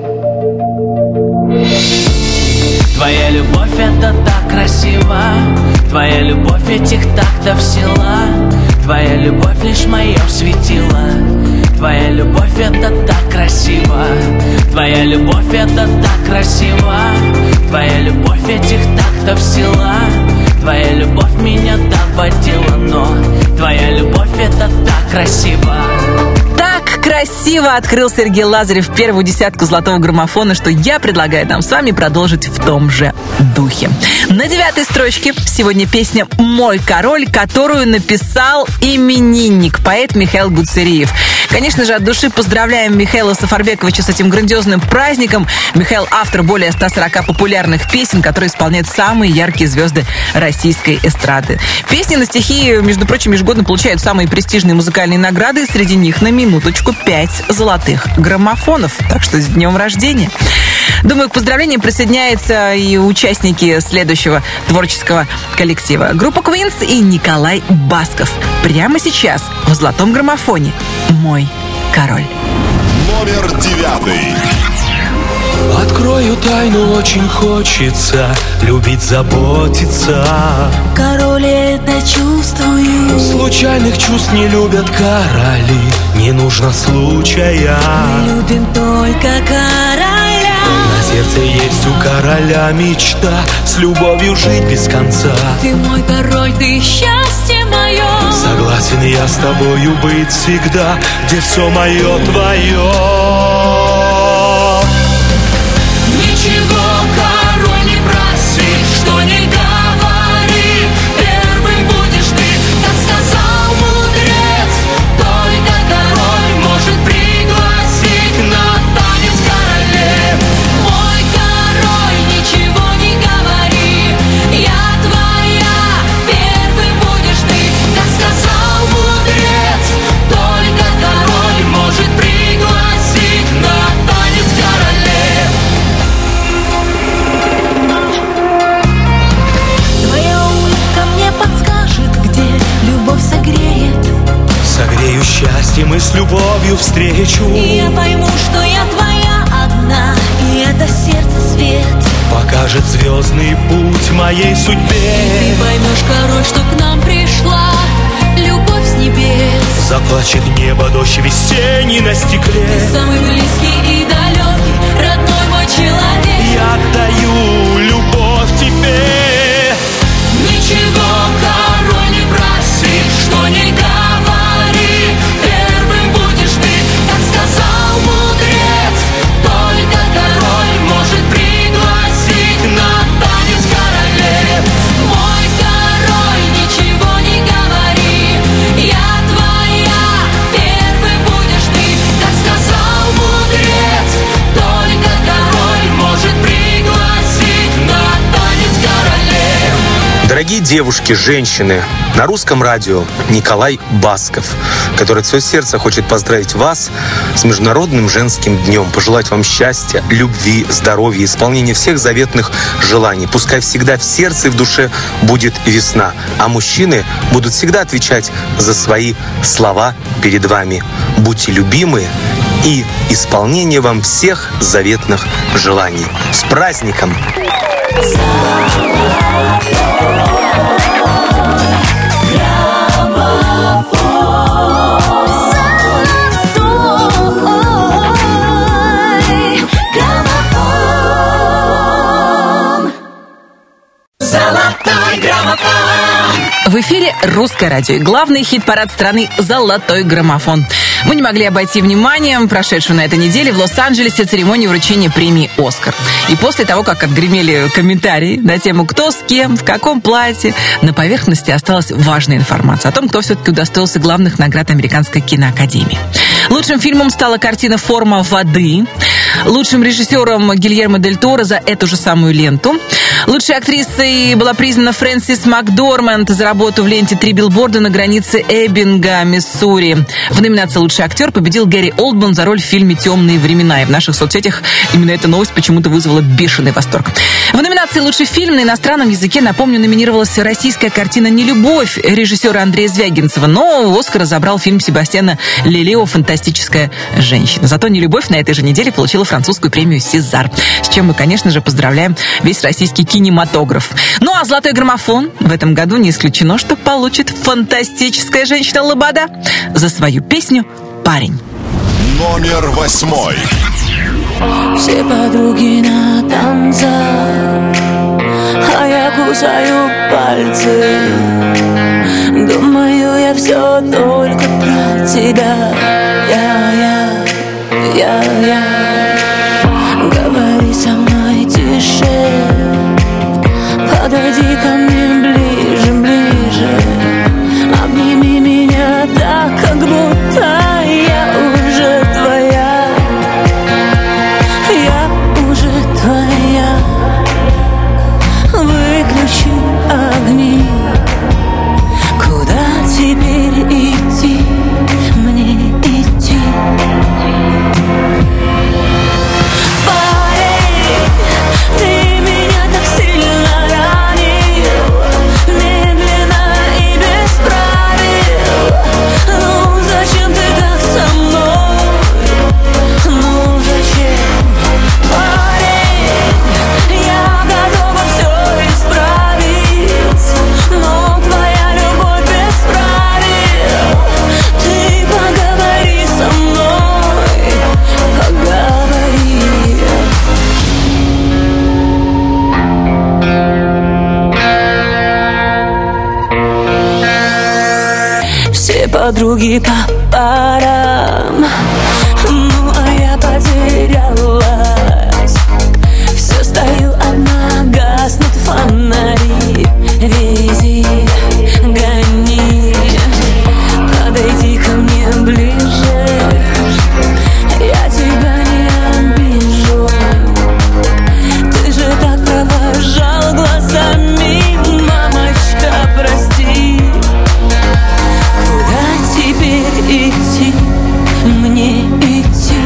Твоя любовь это так красиво, твоя любовь этих тактов сила. Твоя любовь лишь мое светило, твоя любовь это так красиво. Твоя любовь это так красиво, твоя любовь этих тактов сила. Твоя любовь меня доводила, но твоя любовь это так красиво. Так красиво открыл Сергей Лазарев первую десятку золотого граммофона, что я предлагаю нам с вами продолжить в том же духе. На 9-й строчке сегодня песня «Мой король», которую написал именинник, поэт Михаил Гуцериев. Конечно же, от души поздравляем Михаила Сафарбековича с этим грандиозным праздником. Михаил — автор более 140 популярных песен, которые исполняют самые яркие звезды российской эстрады. Песни на стихи, между прочим, ежегодно получают самые престижные музыкальные награды. Среди них, на минуточку, 5 золотых граммофонов. Так что с днем рождения! Думаю, к поздравлениям присоединяются и участники следующего творческого коллектива. Группа Queens и Николай Басков. Прямо сейчас в золотом граммофоне «Мой король». Номер 9. Открою тайну, очень хочется любить, заботиться. Король, это чувствую. Случайных чувств не любят короли, не нужно случая. Мы любим только короля. На сердце есть у короля мечта, с любовью жить без конца. Ты мой король, ты счастье мое. Согласен я с тобою быть всегда, где все мое твое. Ничего, король, не проси, что не говори, первым будешь ты, так сказал мудрец. Только король может пригласить на танец королев. Мой король, ничего не говори, я твоя, первым будешь ты, так сказал мудрец. Только король может пригласить на танец королев. Твоя улыбка мне подскажет, где любовь согреет. Согрею счастьем и с любовью встречу. И я пойму, что я твоя одна, и это сердце свет. Покажет звездный путь моей судьбе. И ты поймешь, король, что к нам пришла любовь с небес. Заплачет небо, дождь весенний на стекле. Ты самый близкий и далекий, родной мой человек. Я отдаю любовь тебе. Ничего, король, не проси, что не говори, первым будешь ты, так сказал мудрец. Только король может пригласить на танец королев. Мой король. Дорогие девушки, женщины, на Русском радио Николай Басков, который от всего сердца хочет поздравить вас с Международным женским днем, пожелать вам счастья, любви, здоровья, исполнения всех заветных желаний. Пускай всегда в сердце и в душе будет весна, а мужчины будут всегда отвечать за свои слова перед вами. Будьте любимы и исполнение вам всех заветных желаний. С праздником! В эфире «Русское радио» и главный хит-парад страны «Золотой граммофон». Мы не могли обойти вниманием прошедшую на этой неделе в Лос-Анджелесе церемонию вручения премии «Оскар». И после того, как отгремели комментарии на тему «Кто с кем, в каком платье», на поверхности осталась важная информация о том, кто все-таки удостоился главных наград Американской киноакадемии. Лучшим фильмом стала картина «Форма воды». Лучшим режиссером Гильермо Дель Торо за эту же самую ленту. Лучшей актрисой была признана Фрэнсис Макдорманд за работу в ленте «Три билборда на границе Эббинга, Миссури». В номинации «Лучший актер» победил Гэри Олдман за роль в фильме «Темные времена». И в наших соцсетях именно эта новость почему-то вызвала бешеный восторг. В номинации «Лучший фильм» на иностранном языке, напомню, номинировалась российская картина «Нелюбовь» режиссера Андрея Звягинцева. Но Оскар забрал фильм Себастьяна Лелео «Фантастическая женщина». Зато «Нелюбовь» на этой же неделе получила французскую премию «Сезар», с чем мы, конечно же, поздравляем весь российский кинематограф. Ну а «Золотой граммофон» в этом году не исключено, что получит фантастическая женщина Лобода за свою песню «Парень». Номер 8. Все подруги на танцах, а я кусаю пальцы. Думаю, я все только про тебя. Говори со мной тише, подойди ко мне ближе, ближе. Обними меня так, как будто я уже твоя. Я уже твоя. Выключи огни. Куда теперь идти? Мне идти. Парень, ты меня так сильно ранил, медленно и без правил. Ну зачем ты так со мной? Ну зачем? Парень, я готова все исправить, но твоя любовь без правил. Ты поговори со мной, поговори. Все подруги по парам, ну а я потерялась. Все стою одна, гаснут фонари. Вези, гони, подойди ко мне ближе. Я тебя не обижу. Ты же так провожал глазами, мамочка, прости. Куда теперь идти? Мне идти.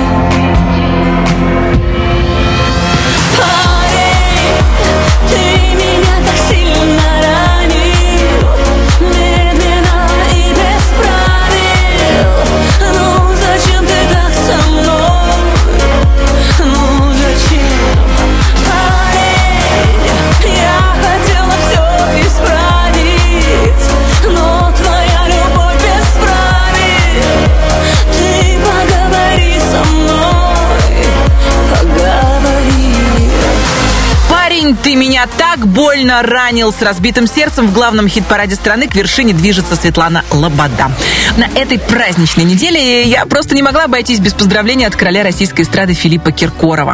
Парень, ты меня так сильно ранил, медленно и без правил. Ну зачем ты так со мной? Ну зачем? Парень, я хотела все исправить, но твоя любовь без правил. Ты поговори со мной, поговори. «Парень, ты меня так больно ранил». С разбитым сердцем в главном хит-параде страны к вершине движется Светлана Лобода. На этой праздничной неделе я просто не могла обойтись без поздравления от короля российской эстрады Филиппа Киркорова.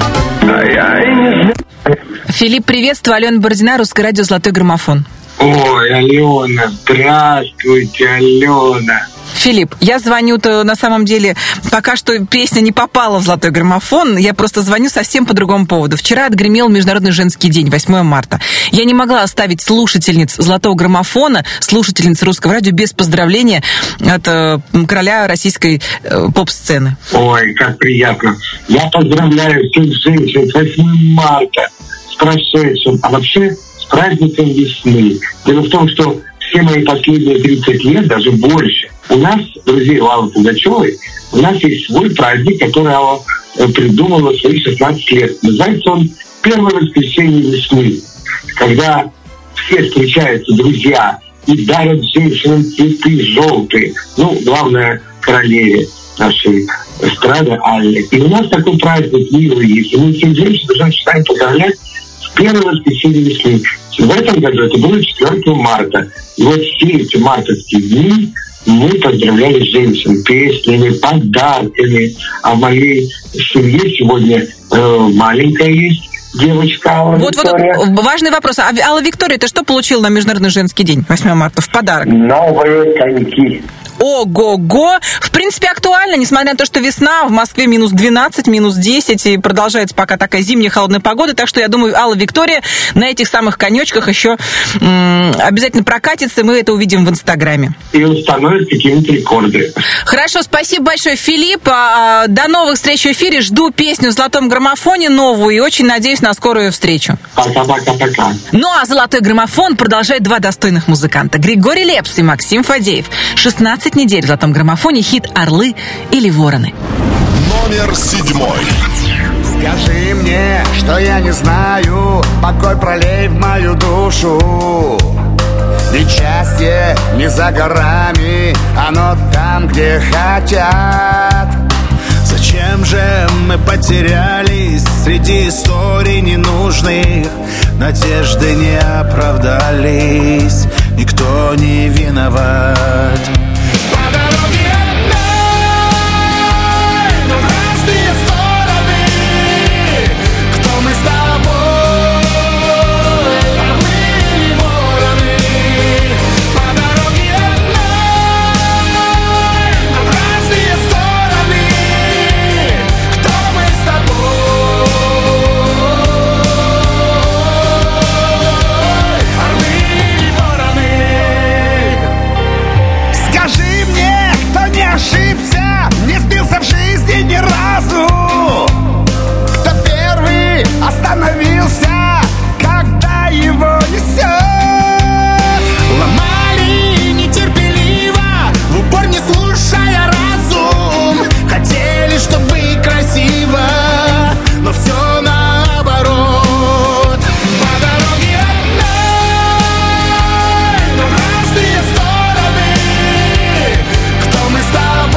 Филипп, приветствую. Алена Бородина, Русское радио «Золотой граммофон». Ой, Алена, здравствуйте, Алена. Филипп, я звоню-то на самом деле, пока что песня не попала в золотой граммофон, я просто звоню совсем по другому поводу. Вчера отгремел Международный женский день, 8 марта. Я не могла оставить слушательниц золотого граммофона, слушательниц русского радио без поздравления от короля российской поп-сцены. Ой, как приятно. Я поздравляю всех женщин с 8 марта, с прошедшим, а вообще с праздником весны. Дело в том, что все мои последние 30 лет, даже больше, у нас, друзья Аллы Пугачевой, у нас есть свой праздник, который Алла придумала в свои 16 лет. Называется он «Первое воскресенье весны», когда все встречаются друзья и дарят женщинам цветы желтые. Ну, главное, королеве нашей эстрады Алле. И у нас такой праздник милый есть. И мы всех женщин должны считать поздравлять с первого воскресенья весны. В этом году это было 4 марта. И вот все эти мартовские дни мы поздравляли женщин песнями, подарками. А в моей семье сегодня маленькая есть девочка Алла Виктория. Вот важный вопрос. А Алла Виктория, ты что получила на Международный женский день, 8 марта, в подарок? Новые коньки. Ого-го! В принципе, актуально, несмотря на то, что весна, в Москве минус 12, минус 10, и продолжается пока такая зимняя холодная погода, так что я думаю, Алла Виктория на этих самых конечках еще обязательно прокатится, мы это увидим в Инстаграме. И установит какие-нибудь рекорды. Хорошо, спасибо большое, Филипп. До новых встреч в эфире. Жду песню в золотом граммофоне новую и очень надеюсь на скорую встречу. Пока-пока-пока. Ну а золотой граммофон продолжает два достойных музыканта. Григорий Лепс и Максим Фадеев. 16 недель в золотом граммофоне хит «Орлы» или «Вороны». Номер 7. Скажи мне, что я не знаю, покой пролей в мою душу. Ведь счастье не за горами, оно там, где хотят. Зачем же мы потерялись среди историй ненужных? Надежды не оправдались, никто не виноват. Ни разу. Кто первый остановился, когда его несет? Ломали нетерпеливо, в упор не слушая разум. Хотели, чтобы красиво, но все наоборот. По дороге одной, но в разные стороны. Кто мы с тобой?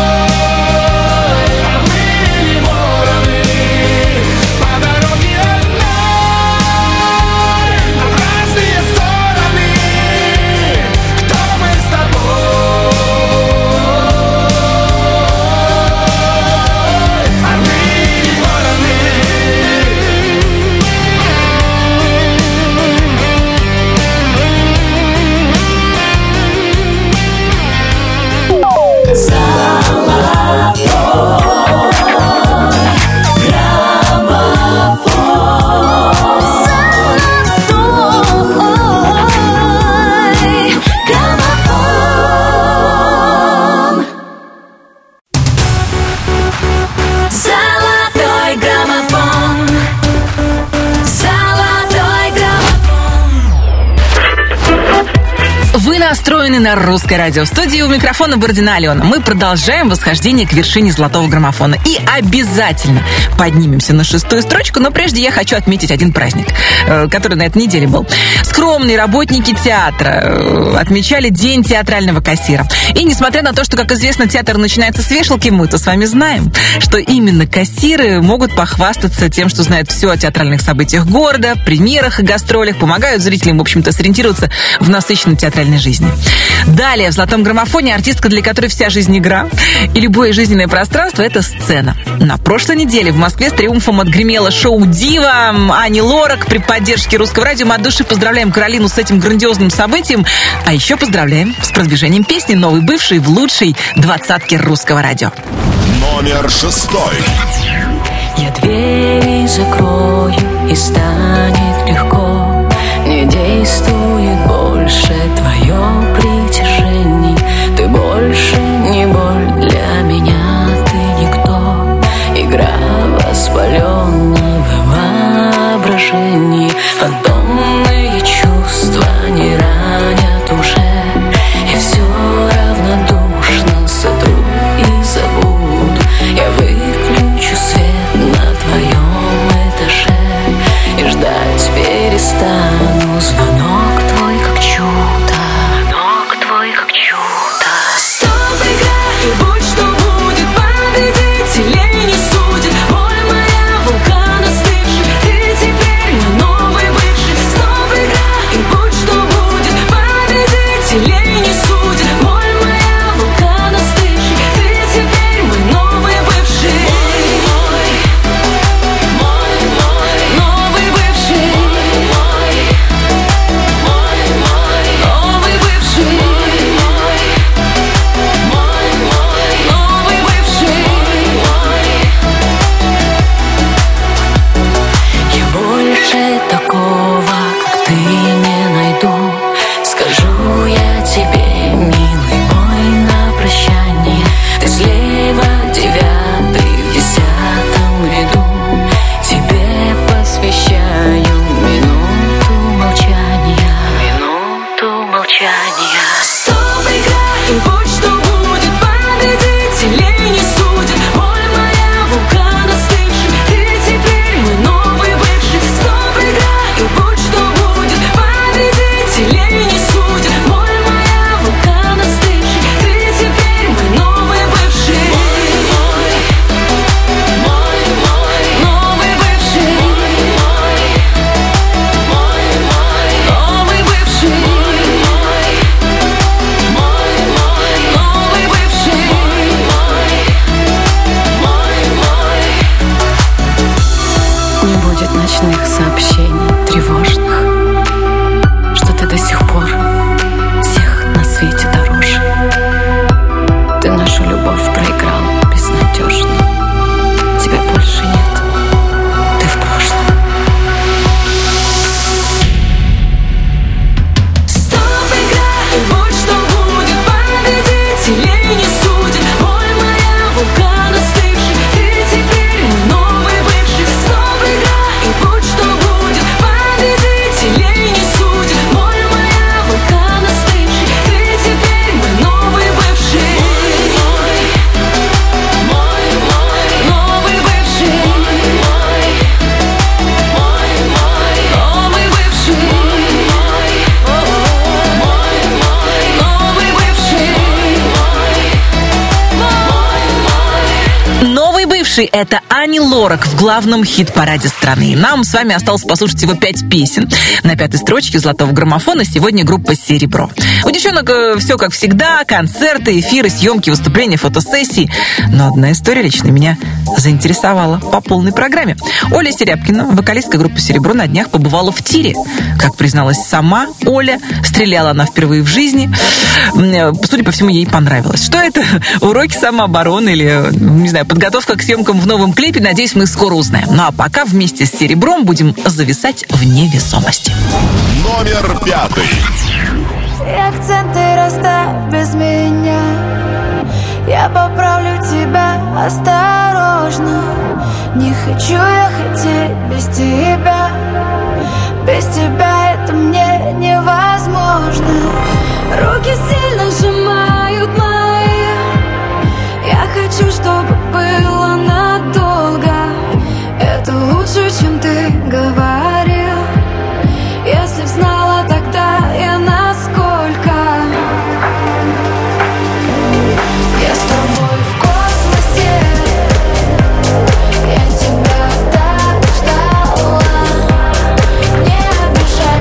Настроены на русское радио. В студии у микрофона Бородина Алена. Мы продолжаем восхождение к вершине золотого граммофона. И обязательно поднимемся на 6-ю строчку. Но прежде я хочу отметить один праздник, который на этой неделе был. Скромные работники театра отмечали День театрального кассира. И несмотря на то, что, как известно, театр начинается с вешалки, мы-то с вами знаем, что именно кассиры могут похвастаться тем, что знают все о театральных событиях города, премьерах и гастролях, помогают зрителям, в общем-то, сориентироваться в насыщенной театральной жизни. Далее в «Золотом граммофоне» артистка, для которой вся жизнь игра, и любое жизненное пространство — это сцена. На прошлой неделе в Москве с триумфом отгремело шоу «Дива» Ани Лорак при поддержке Русского радио. Мы от души поздравляем Каролину с этим грандиозным событием, а еще поздравляем с продвижением песни «Новый бывший» в лучшей двадцатке Русского радио. Номер 6. Я двери закрою, и станет легко. Не действует больше твое притяжение. Ты больше не боль для меня, ты никто. Игра воспаленного воображения. Фантомные чувства не ранят уже. И все равнодушно сотру и забуду. Я выключу свет на твоем этаже и ждать перестану. Звонок твой как чудо. Звонок твой как чудо. Стоп, игра, и будь что будет, победителей не судят. Боль моя, вулкан остывший, ты теперь мой новый бывший. Стоп, игра, и будь что будет, победителей не судят. Боль моя, вулкан остывший, ты теперь мой новый бывший. Новый бывший. Новый бывший. Новый бывший. Я больше такого, как ты, не найду. Скажу я тебе, милый мой, на прощание. Ты слева, 9-й, в 10-м ряду. Тебе посвящаю минуту молчания. Минуту молчания. Стоп, игра, и будь что будет, победителей не судят. Боль моя, вулкан остывший, ты теперь мой новый бывший. Стоп, игра, и будь что будет, победителей не судят. Боль моя, вулкан остывший, ты теперь мой новый бывший. Новый бывший. Новый бывший. Новый бывший. Не будет ночных сообщений тревожных, что ты до сих пор всех на свете дороже. Ты нашу любовь проиграл безнадежно. Тебя больше нет, ты в прошлом. Стоп, игра, и будь что будет, победителей не судят. Боль моя, вулкан остывший, ты теперь мой новый бывший. Стоп, игра, и будь что будет, победителей не судят. Боль моя, вулкан остывший, ты теперь мой новый бывший. Новый бывший. Новый бывший. Новый бывший. Новый бывший — это Ани Лорак в главном хит-параде страны. Нам с вами осталось послушать всего 5 песен. На 5-й строчке «Золотого граммофона» сегодня группа «Серебро». У девчонок все как всегда: концерты, эфиры, съемки, выступления, фотосессии. Но одна история лично меня заинтересовала по полной программе. Оля Серябкина, вокалистка группы «Серебро», на днях побывала в тире. Как призналась сама Оля, стреляла она впервые в жизни. Судя по всему, ей понравилось. Что это? Уроки самообороны или, не знаю, подготовка к съемкам в новом клипе? Надеюсь, мы скоро узнаем. Ну а пока вместе с «Серебром» будем зависать в невесомости. Номер 5. Ты акценты расставь без меня. Я поправлю тебя осторожно. Не хочу я хотеть без тебя. Без тебя это мне невозможно. Руки сильно сжимают мои. Я хочу, чтобы было надолго. Это лучше, чем ты говорил. Если б знала тогда я насколько. Я с тобой в космосе. Я тебя так ждала. Не обижай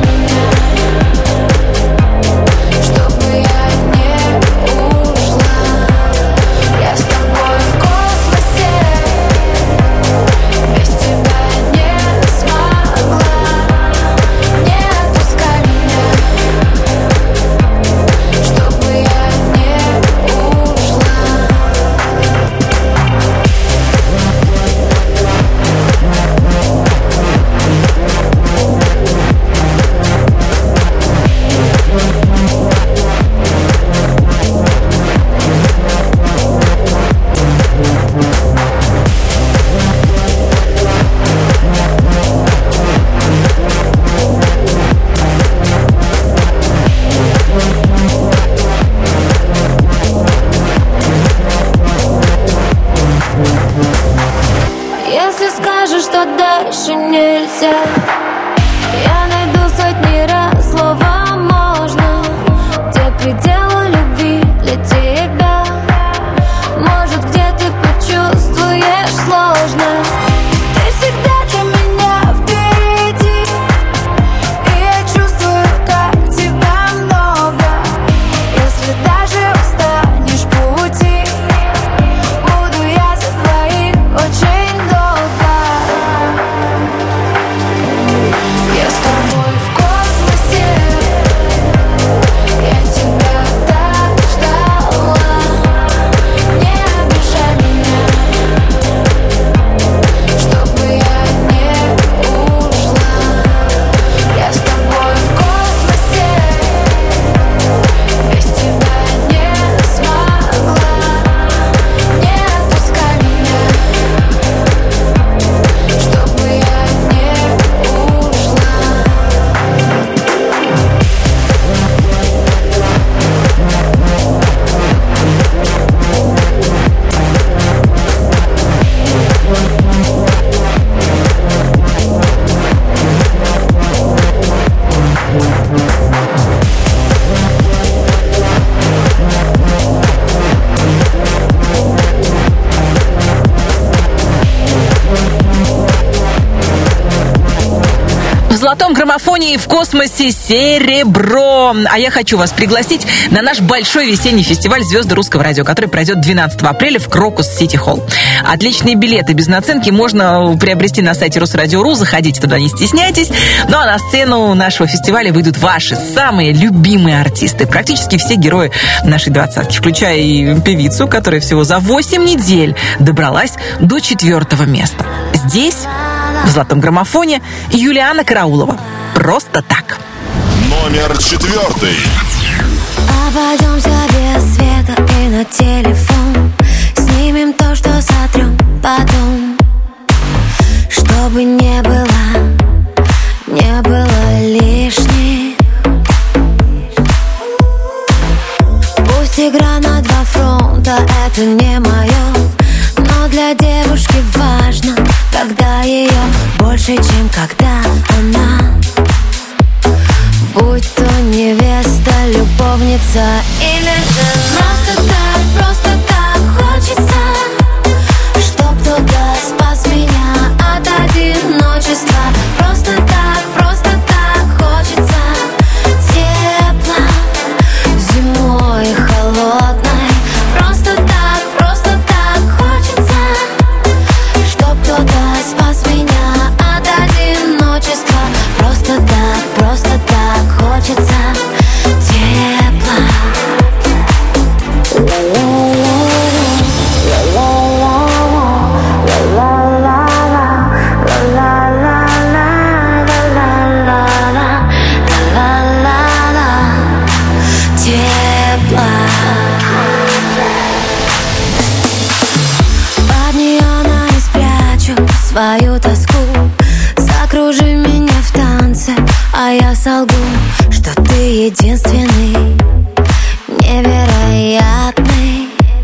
все. Я найду сотни раз слова можно, где пределы любви для тебя. Может, где ты почувствуешь сложность. Ты всегда для меня впереди, и я чувствую, как тебя много. Если даже устанешь пути, буду я за твоих очень долго. Я с тобой в космосе, я тебя так ждала. Не обижай меня, чтобы я не ушла. Я с тобой в космосе, без тебя не смогла. Не отпускай меня, чтобы я не ушла. В золотом граммофоне и в космосе серебро. А я хочу вас пригласить на наш большой весенний фестиваль «Звезды русского радио», который пройдет 12 апреля в Крокус Сити Холл. Отличные билеты без наценки можно приобрести на сайте Русрадио.ру. Заходите туда, не стесняйтесь. Ну а на сцену нашего фестиваля выйдут ваши самые любимые артисты. Практически все герои нашей двадцатки, включая и певицу, которая всего за 8 недель добралась до 4-го места. Здесь, в золотом граммофоне, Юлианна Караулова. Просто так. Номер 4. Обойдемся без света и на телефон. Снимем то, что сотрем потом. Чтобы не было лишних. Пусть игра на два фронта, это не мое. Но для девушки важно, когда ее больше, чем когда она. Будь то невеста, любовница или жена. Просто так хочется, чтоб кто-то спас меня от одиночества. Просто так хочется тепла зимой холодной. Просто так хочется, чтоб кто-то спас меня от одиночества. Просто так хочется тепла. Тепла. Под неонами спрячу свою тоску. Закружи меня в танце, а я солгу, что ты единственный, невероятный.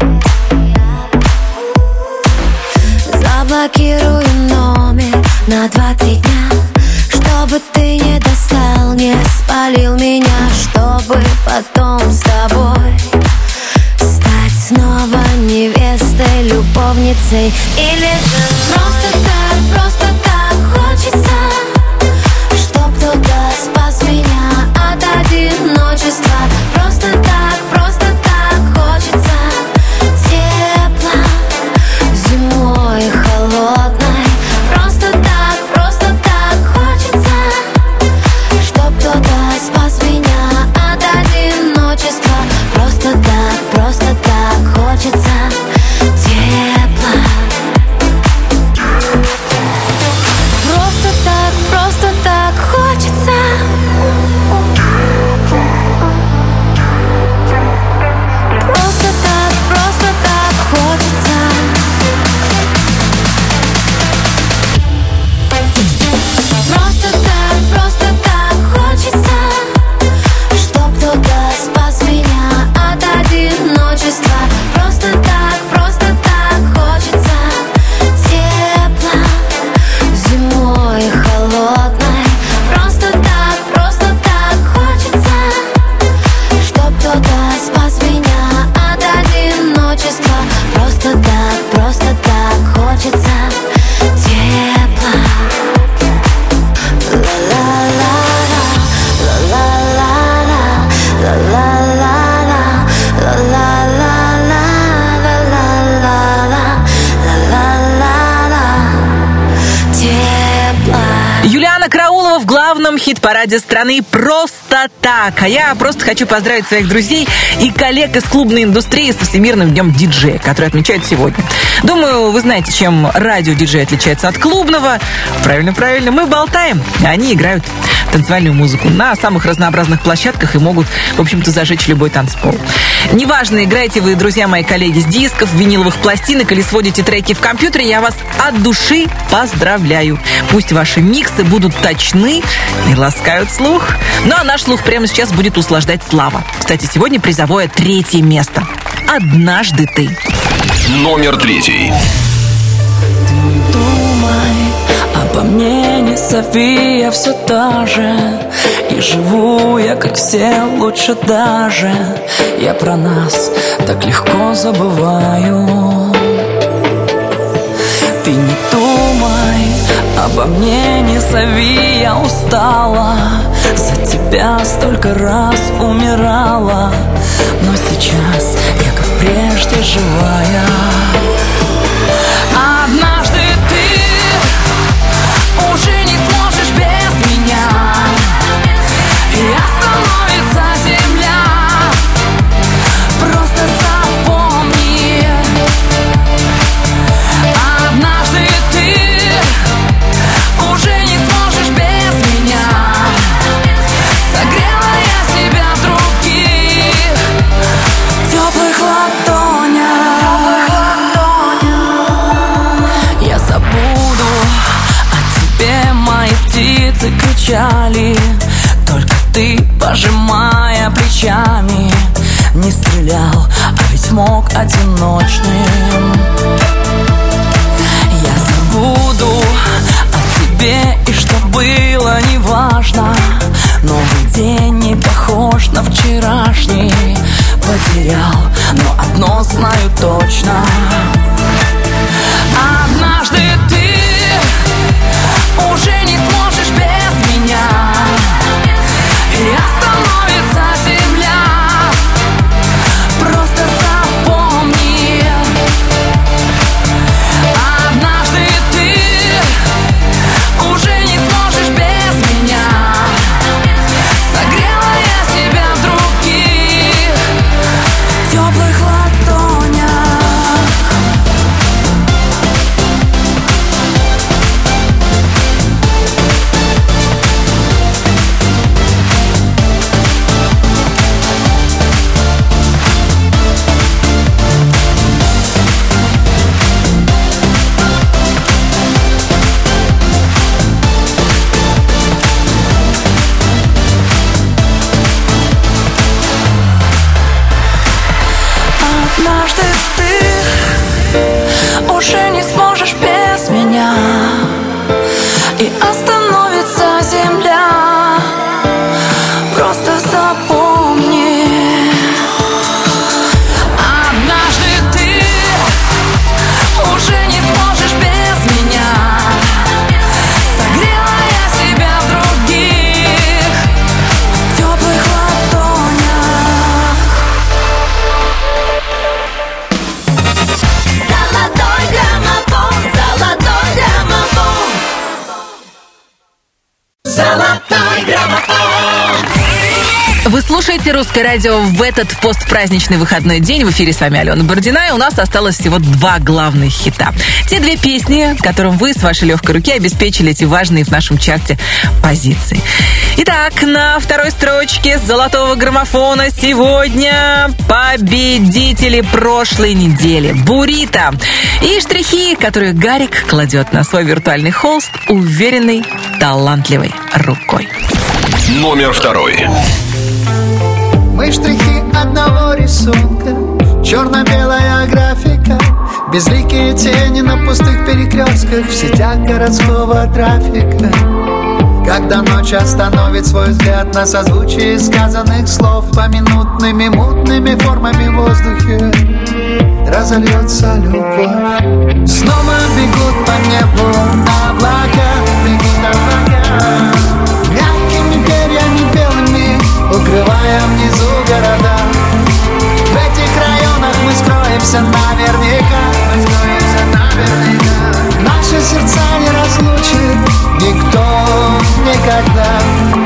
Заблокирую номер на 2-3 дня, чтобы ты не достал, не спалил меня, чтобы потом с тобой стать снова невестой, любовницей или женой. Просто так хочется, чтоб кто-то спас меня от одиночества. Просто так хочется тепла зимой холодной. Просто так хочется, чтоб кто-то спас меня от одиночества. Просто так хочется тепла. хит-параде страны просто так. А я просто хочу поздравить своих друзей и коллег из клубной индустрии со Всемирным днем диджея, который отмечают сегодня. Думаю, вы знаете, чем радио-диджей отличается от клубного. Правильно, мы болтаем, а они играют танцевальную музыку на самых разнообразных площадках и могут, в общем-то, зажечь любой танцпол. Неважно, играете вы, друзья мои коллеги, с дисков, виниловых пластинок или сводите треки в компьютере, я вас от души поздравляю. Пусть ваши миксы будут точны и ласкают слух. Ну а наш слух прямо сейчас будет услаждать слава. Кстати, сегодня призовое 3-е место. «Однажды ты». Номер 3. Обо мне не зови, я все та же. И живу я, как все, лучше даже. Я про нас так легко забываю. Ты не думай, обо мне не зови, я устала. За тебя столько раз умирала. Но сейчас я, как прежде, живая. Однажды уже не сможешь без меня, и остановится земля. Просто запомни, однажды ты уже не сможешь без меня. Согрела я себя в других теплых ладонях. Я забуду о тебе, мои птицы кричали. Только ты, пожимая плечами, не стрелял, а ведь мог одиночным. Я забуду о тебе, и что было, неважно. Новый день не похож на вчерашний. Потерял, но одно знаю точно. Однажды ты уже не сможешь без меня, и остановится земля. Просто запомни, однажды ты уже не сможешь без меня. Согрела я себя в других теплых ладонях. Однажды ты уже не сможешь без меня, и остановится земля. Просто запомни, однажды ты уже не сможешь без меня. Согрела я себя в других теплых ладонях. Золотой граммофон, золотой граммофон. Золотой граммофон. Вы слушаете «Русское радио» в этот постпраздничный выходной день. В эфире с вами Алена Бородина, и у нас осталось всего 2 главных хита. Те 2 песни, которым вы с вашей легкой руки обеспечили эти важные в нашем чарте позиции. Итак, на 2-й строчке золотого граммофона сегодня победители прошлой недели. Бурито. И штрихи, которые Гарик кладет на свой виртуальный холст уверенной, талантливой рукой. Номер 2. Мы штрихи одного рисунка, черно-белая графика, безликие тени на пустых перекрестках в сетях городского трафика. Когда ночь остановит свой взгляд на созвучие сказанных слов, поминутными мутными формами в воздухе разольется любовь. Снова бегут по небу облака, бегут облака, мягкими перьями белыми, укрывая внизу города. В этих районах мы скроемся наверняка, мы скроемся наверняка. Наши сердца не разлучит никто никогда.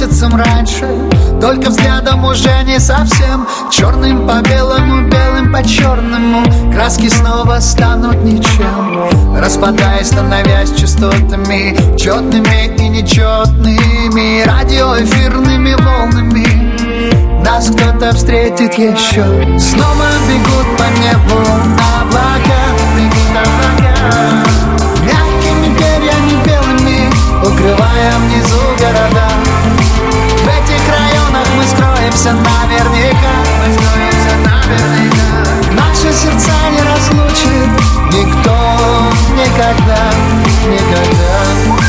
месяцем раньше. Только взглядом уже не совсем. Черным по белому, белым по черному. Краски снова станут ничем, распадаясь, становясь частотами четными и нечетными, радиоэфирными волнами. Нас кто-то встретит еще. Снова бегут по небу облака, бегут облака, мягкими перьями белыми, укрывая внизу города. В этих районах мы скроемся наверняка, мы скроемся наверняка. Наши сердца не разлучит никто никогда, никогда.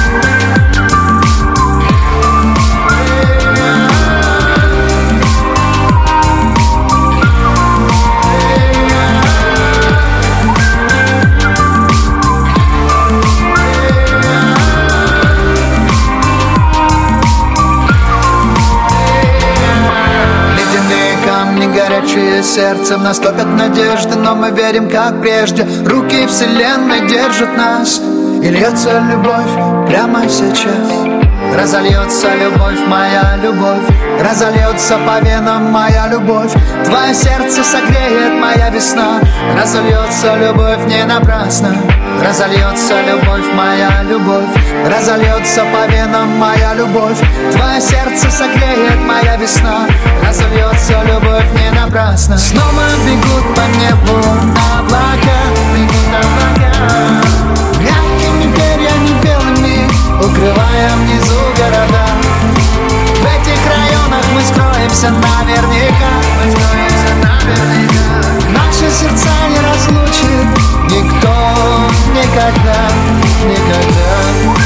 Горячее сердце, в нас топят надежды, но мы верим, как прежде. Руки вселенной держат нас, и льется любовь прямо сейчас. Разольется любовь, моя любовь, разольется по венам моя любовь. Твое сердце согреет моя весна. Разольется любовь не напрасно. Разольется любовь, моя любовь, разольется по венам моя любовь. Твое сердце согреет моя весна. Разольется любовь не напрасно. Снова бегут по небу облака, бегут облака, мягкими перьями белыми, укрывая внизу города. В этих районах мы скроемся наверняка, мы скроемся наверняка. Наши сердца не разлучит никто никогда, никогда.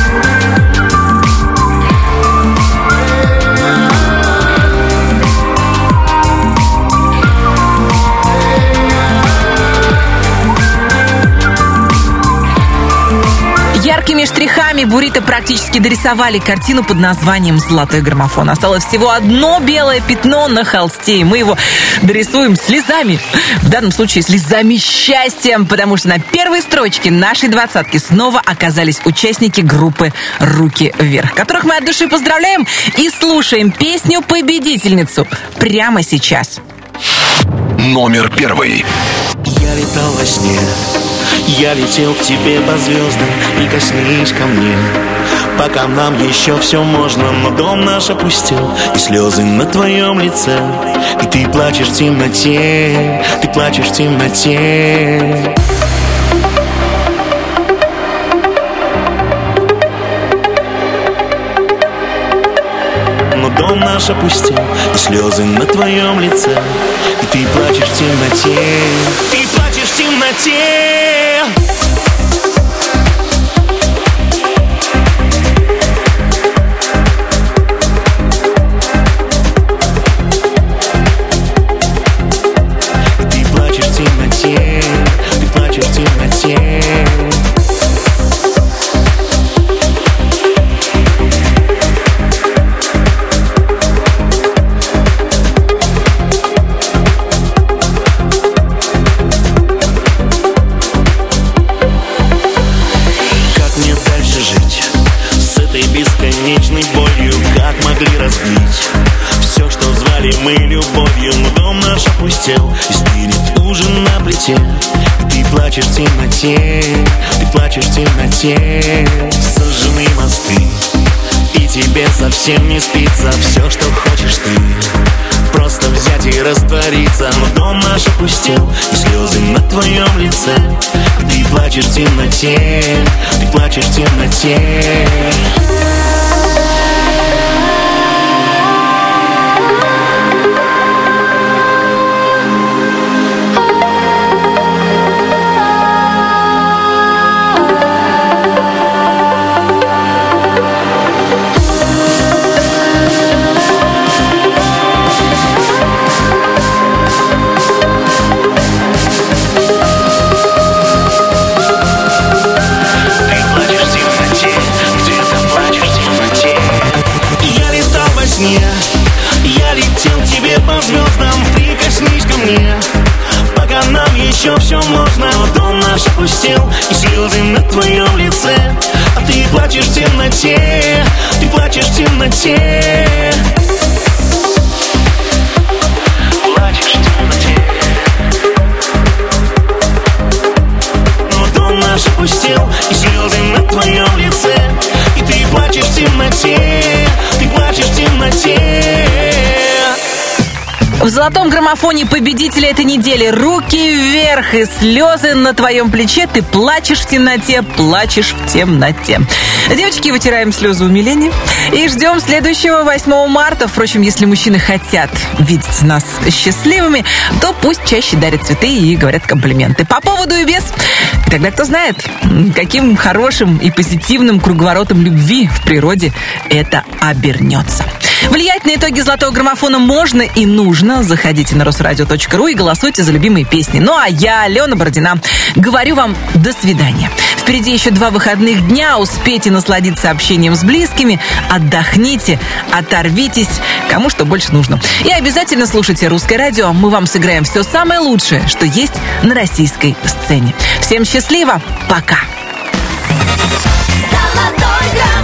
Яркими штрихами Бурито практически дорисовали картину под названием «Золотой граммофон». Осталось всего одно белое пятно на холсте, и мы его дорисуем слезами. В данном случае слезами счастья, потому что на первой строчке нашей двадцатки снова оказались участники группы «Руки вверх», которых мы от души поздравляем и слушаем песню-победительницу прямо сейчас. Номер первый. Я летал во сне, я летел к тебе по звездам, прикоснись ко мне, пока нам еще все можно. Но дом наш опустел, и слезы на твоем лице, и ты плачешь в темноте, ты плачешь в темноте. Но дом наш опустел, и слезы на твоем лице, и ты плачешь в темноте, ты плачешь в темноте. Бесконечной болью, как могли разбить все, что звали мы любовью. Но дом наш опустел, и стынет ужин на плите, и ты плачешь в темноте, ты плачешь в темноте. Сожжены мосты, и тебе совсем не спится. Все, что хочешь ты, просто взять и раствориться. Но дом наш опустел, и слезы на твоем лице, и ты плачешь в темноте, ты плачешь в темноте. Я летел к тебе по звездам, прикоснись ко мне, пока нам еще все можно. Но дом наш опустел, и слезы на твоем лице. А ты плачешь в темноте, ты плачешь в темноте. Плачешь в темноте. Но дом наш опустел, и слезы на твоем лице. И ты плачешь в темноте, ты плачешь в темноте. В золотом граммофоне победителя этой недели руки вверх и слезы на твоем плече. Ты плачешь в темноте, плачешь в темноте. Девочки, вытираем слезы умиления и ждем следующего 8 марта. Впрочем, если мужчины хотят видеть нас счастливыми, то пусть чаще дарят цветы и говорят комплименты. По поводу и без. И тогда кто знает, каким хорошим и позитивным круговоротом любви в природе это обернется. Влиять на итоги золотого граммофона можно и нужно. Заходите на росрадио.ру и голосуйте за любимые песни. Ну а я, Алена Бородина, говорю вам до свидания. Впереди еще 2 выходных дня. Успейте насладиться общением с близкими. Отдохните, оторвитесь, кому что больше нужно. И обязательно слушайте «Русское радио». Мы вам сыграем все самое лучшее, что есть на российской сцене. Всем счастливо. Пока. Золотой граммофон.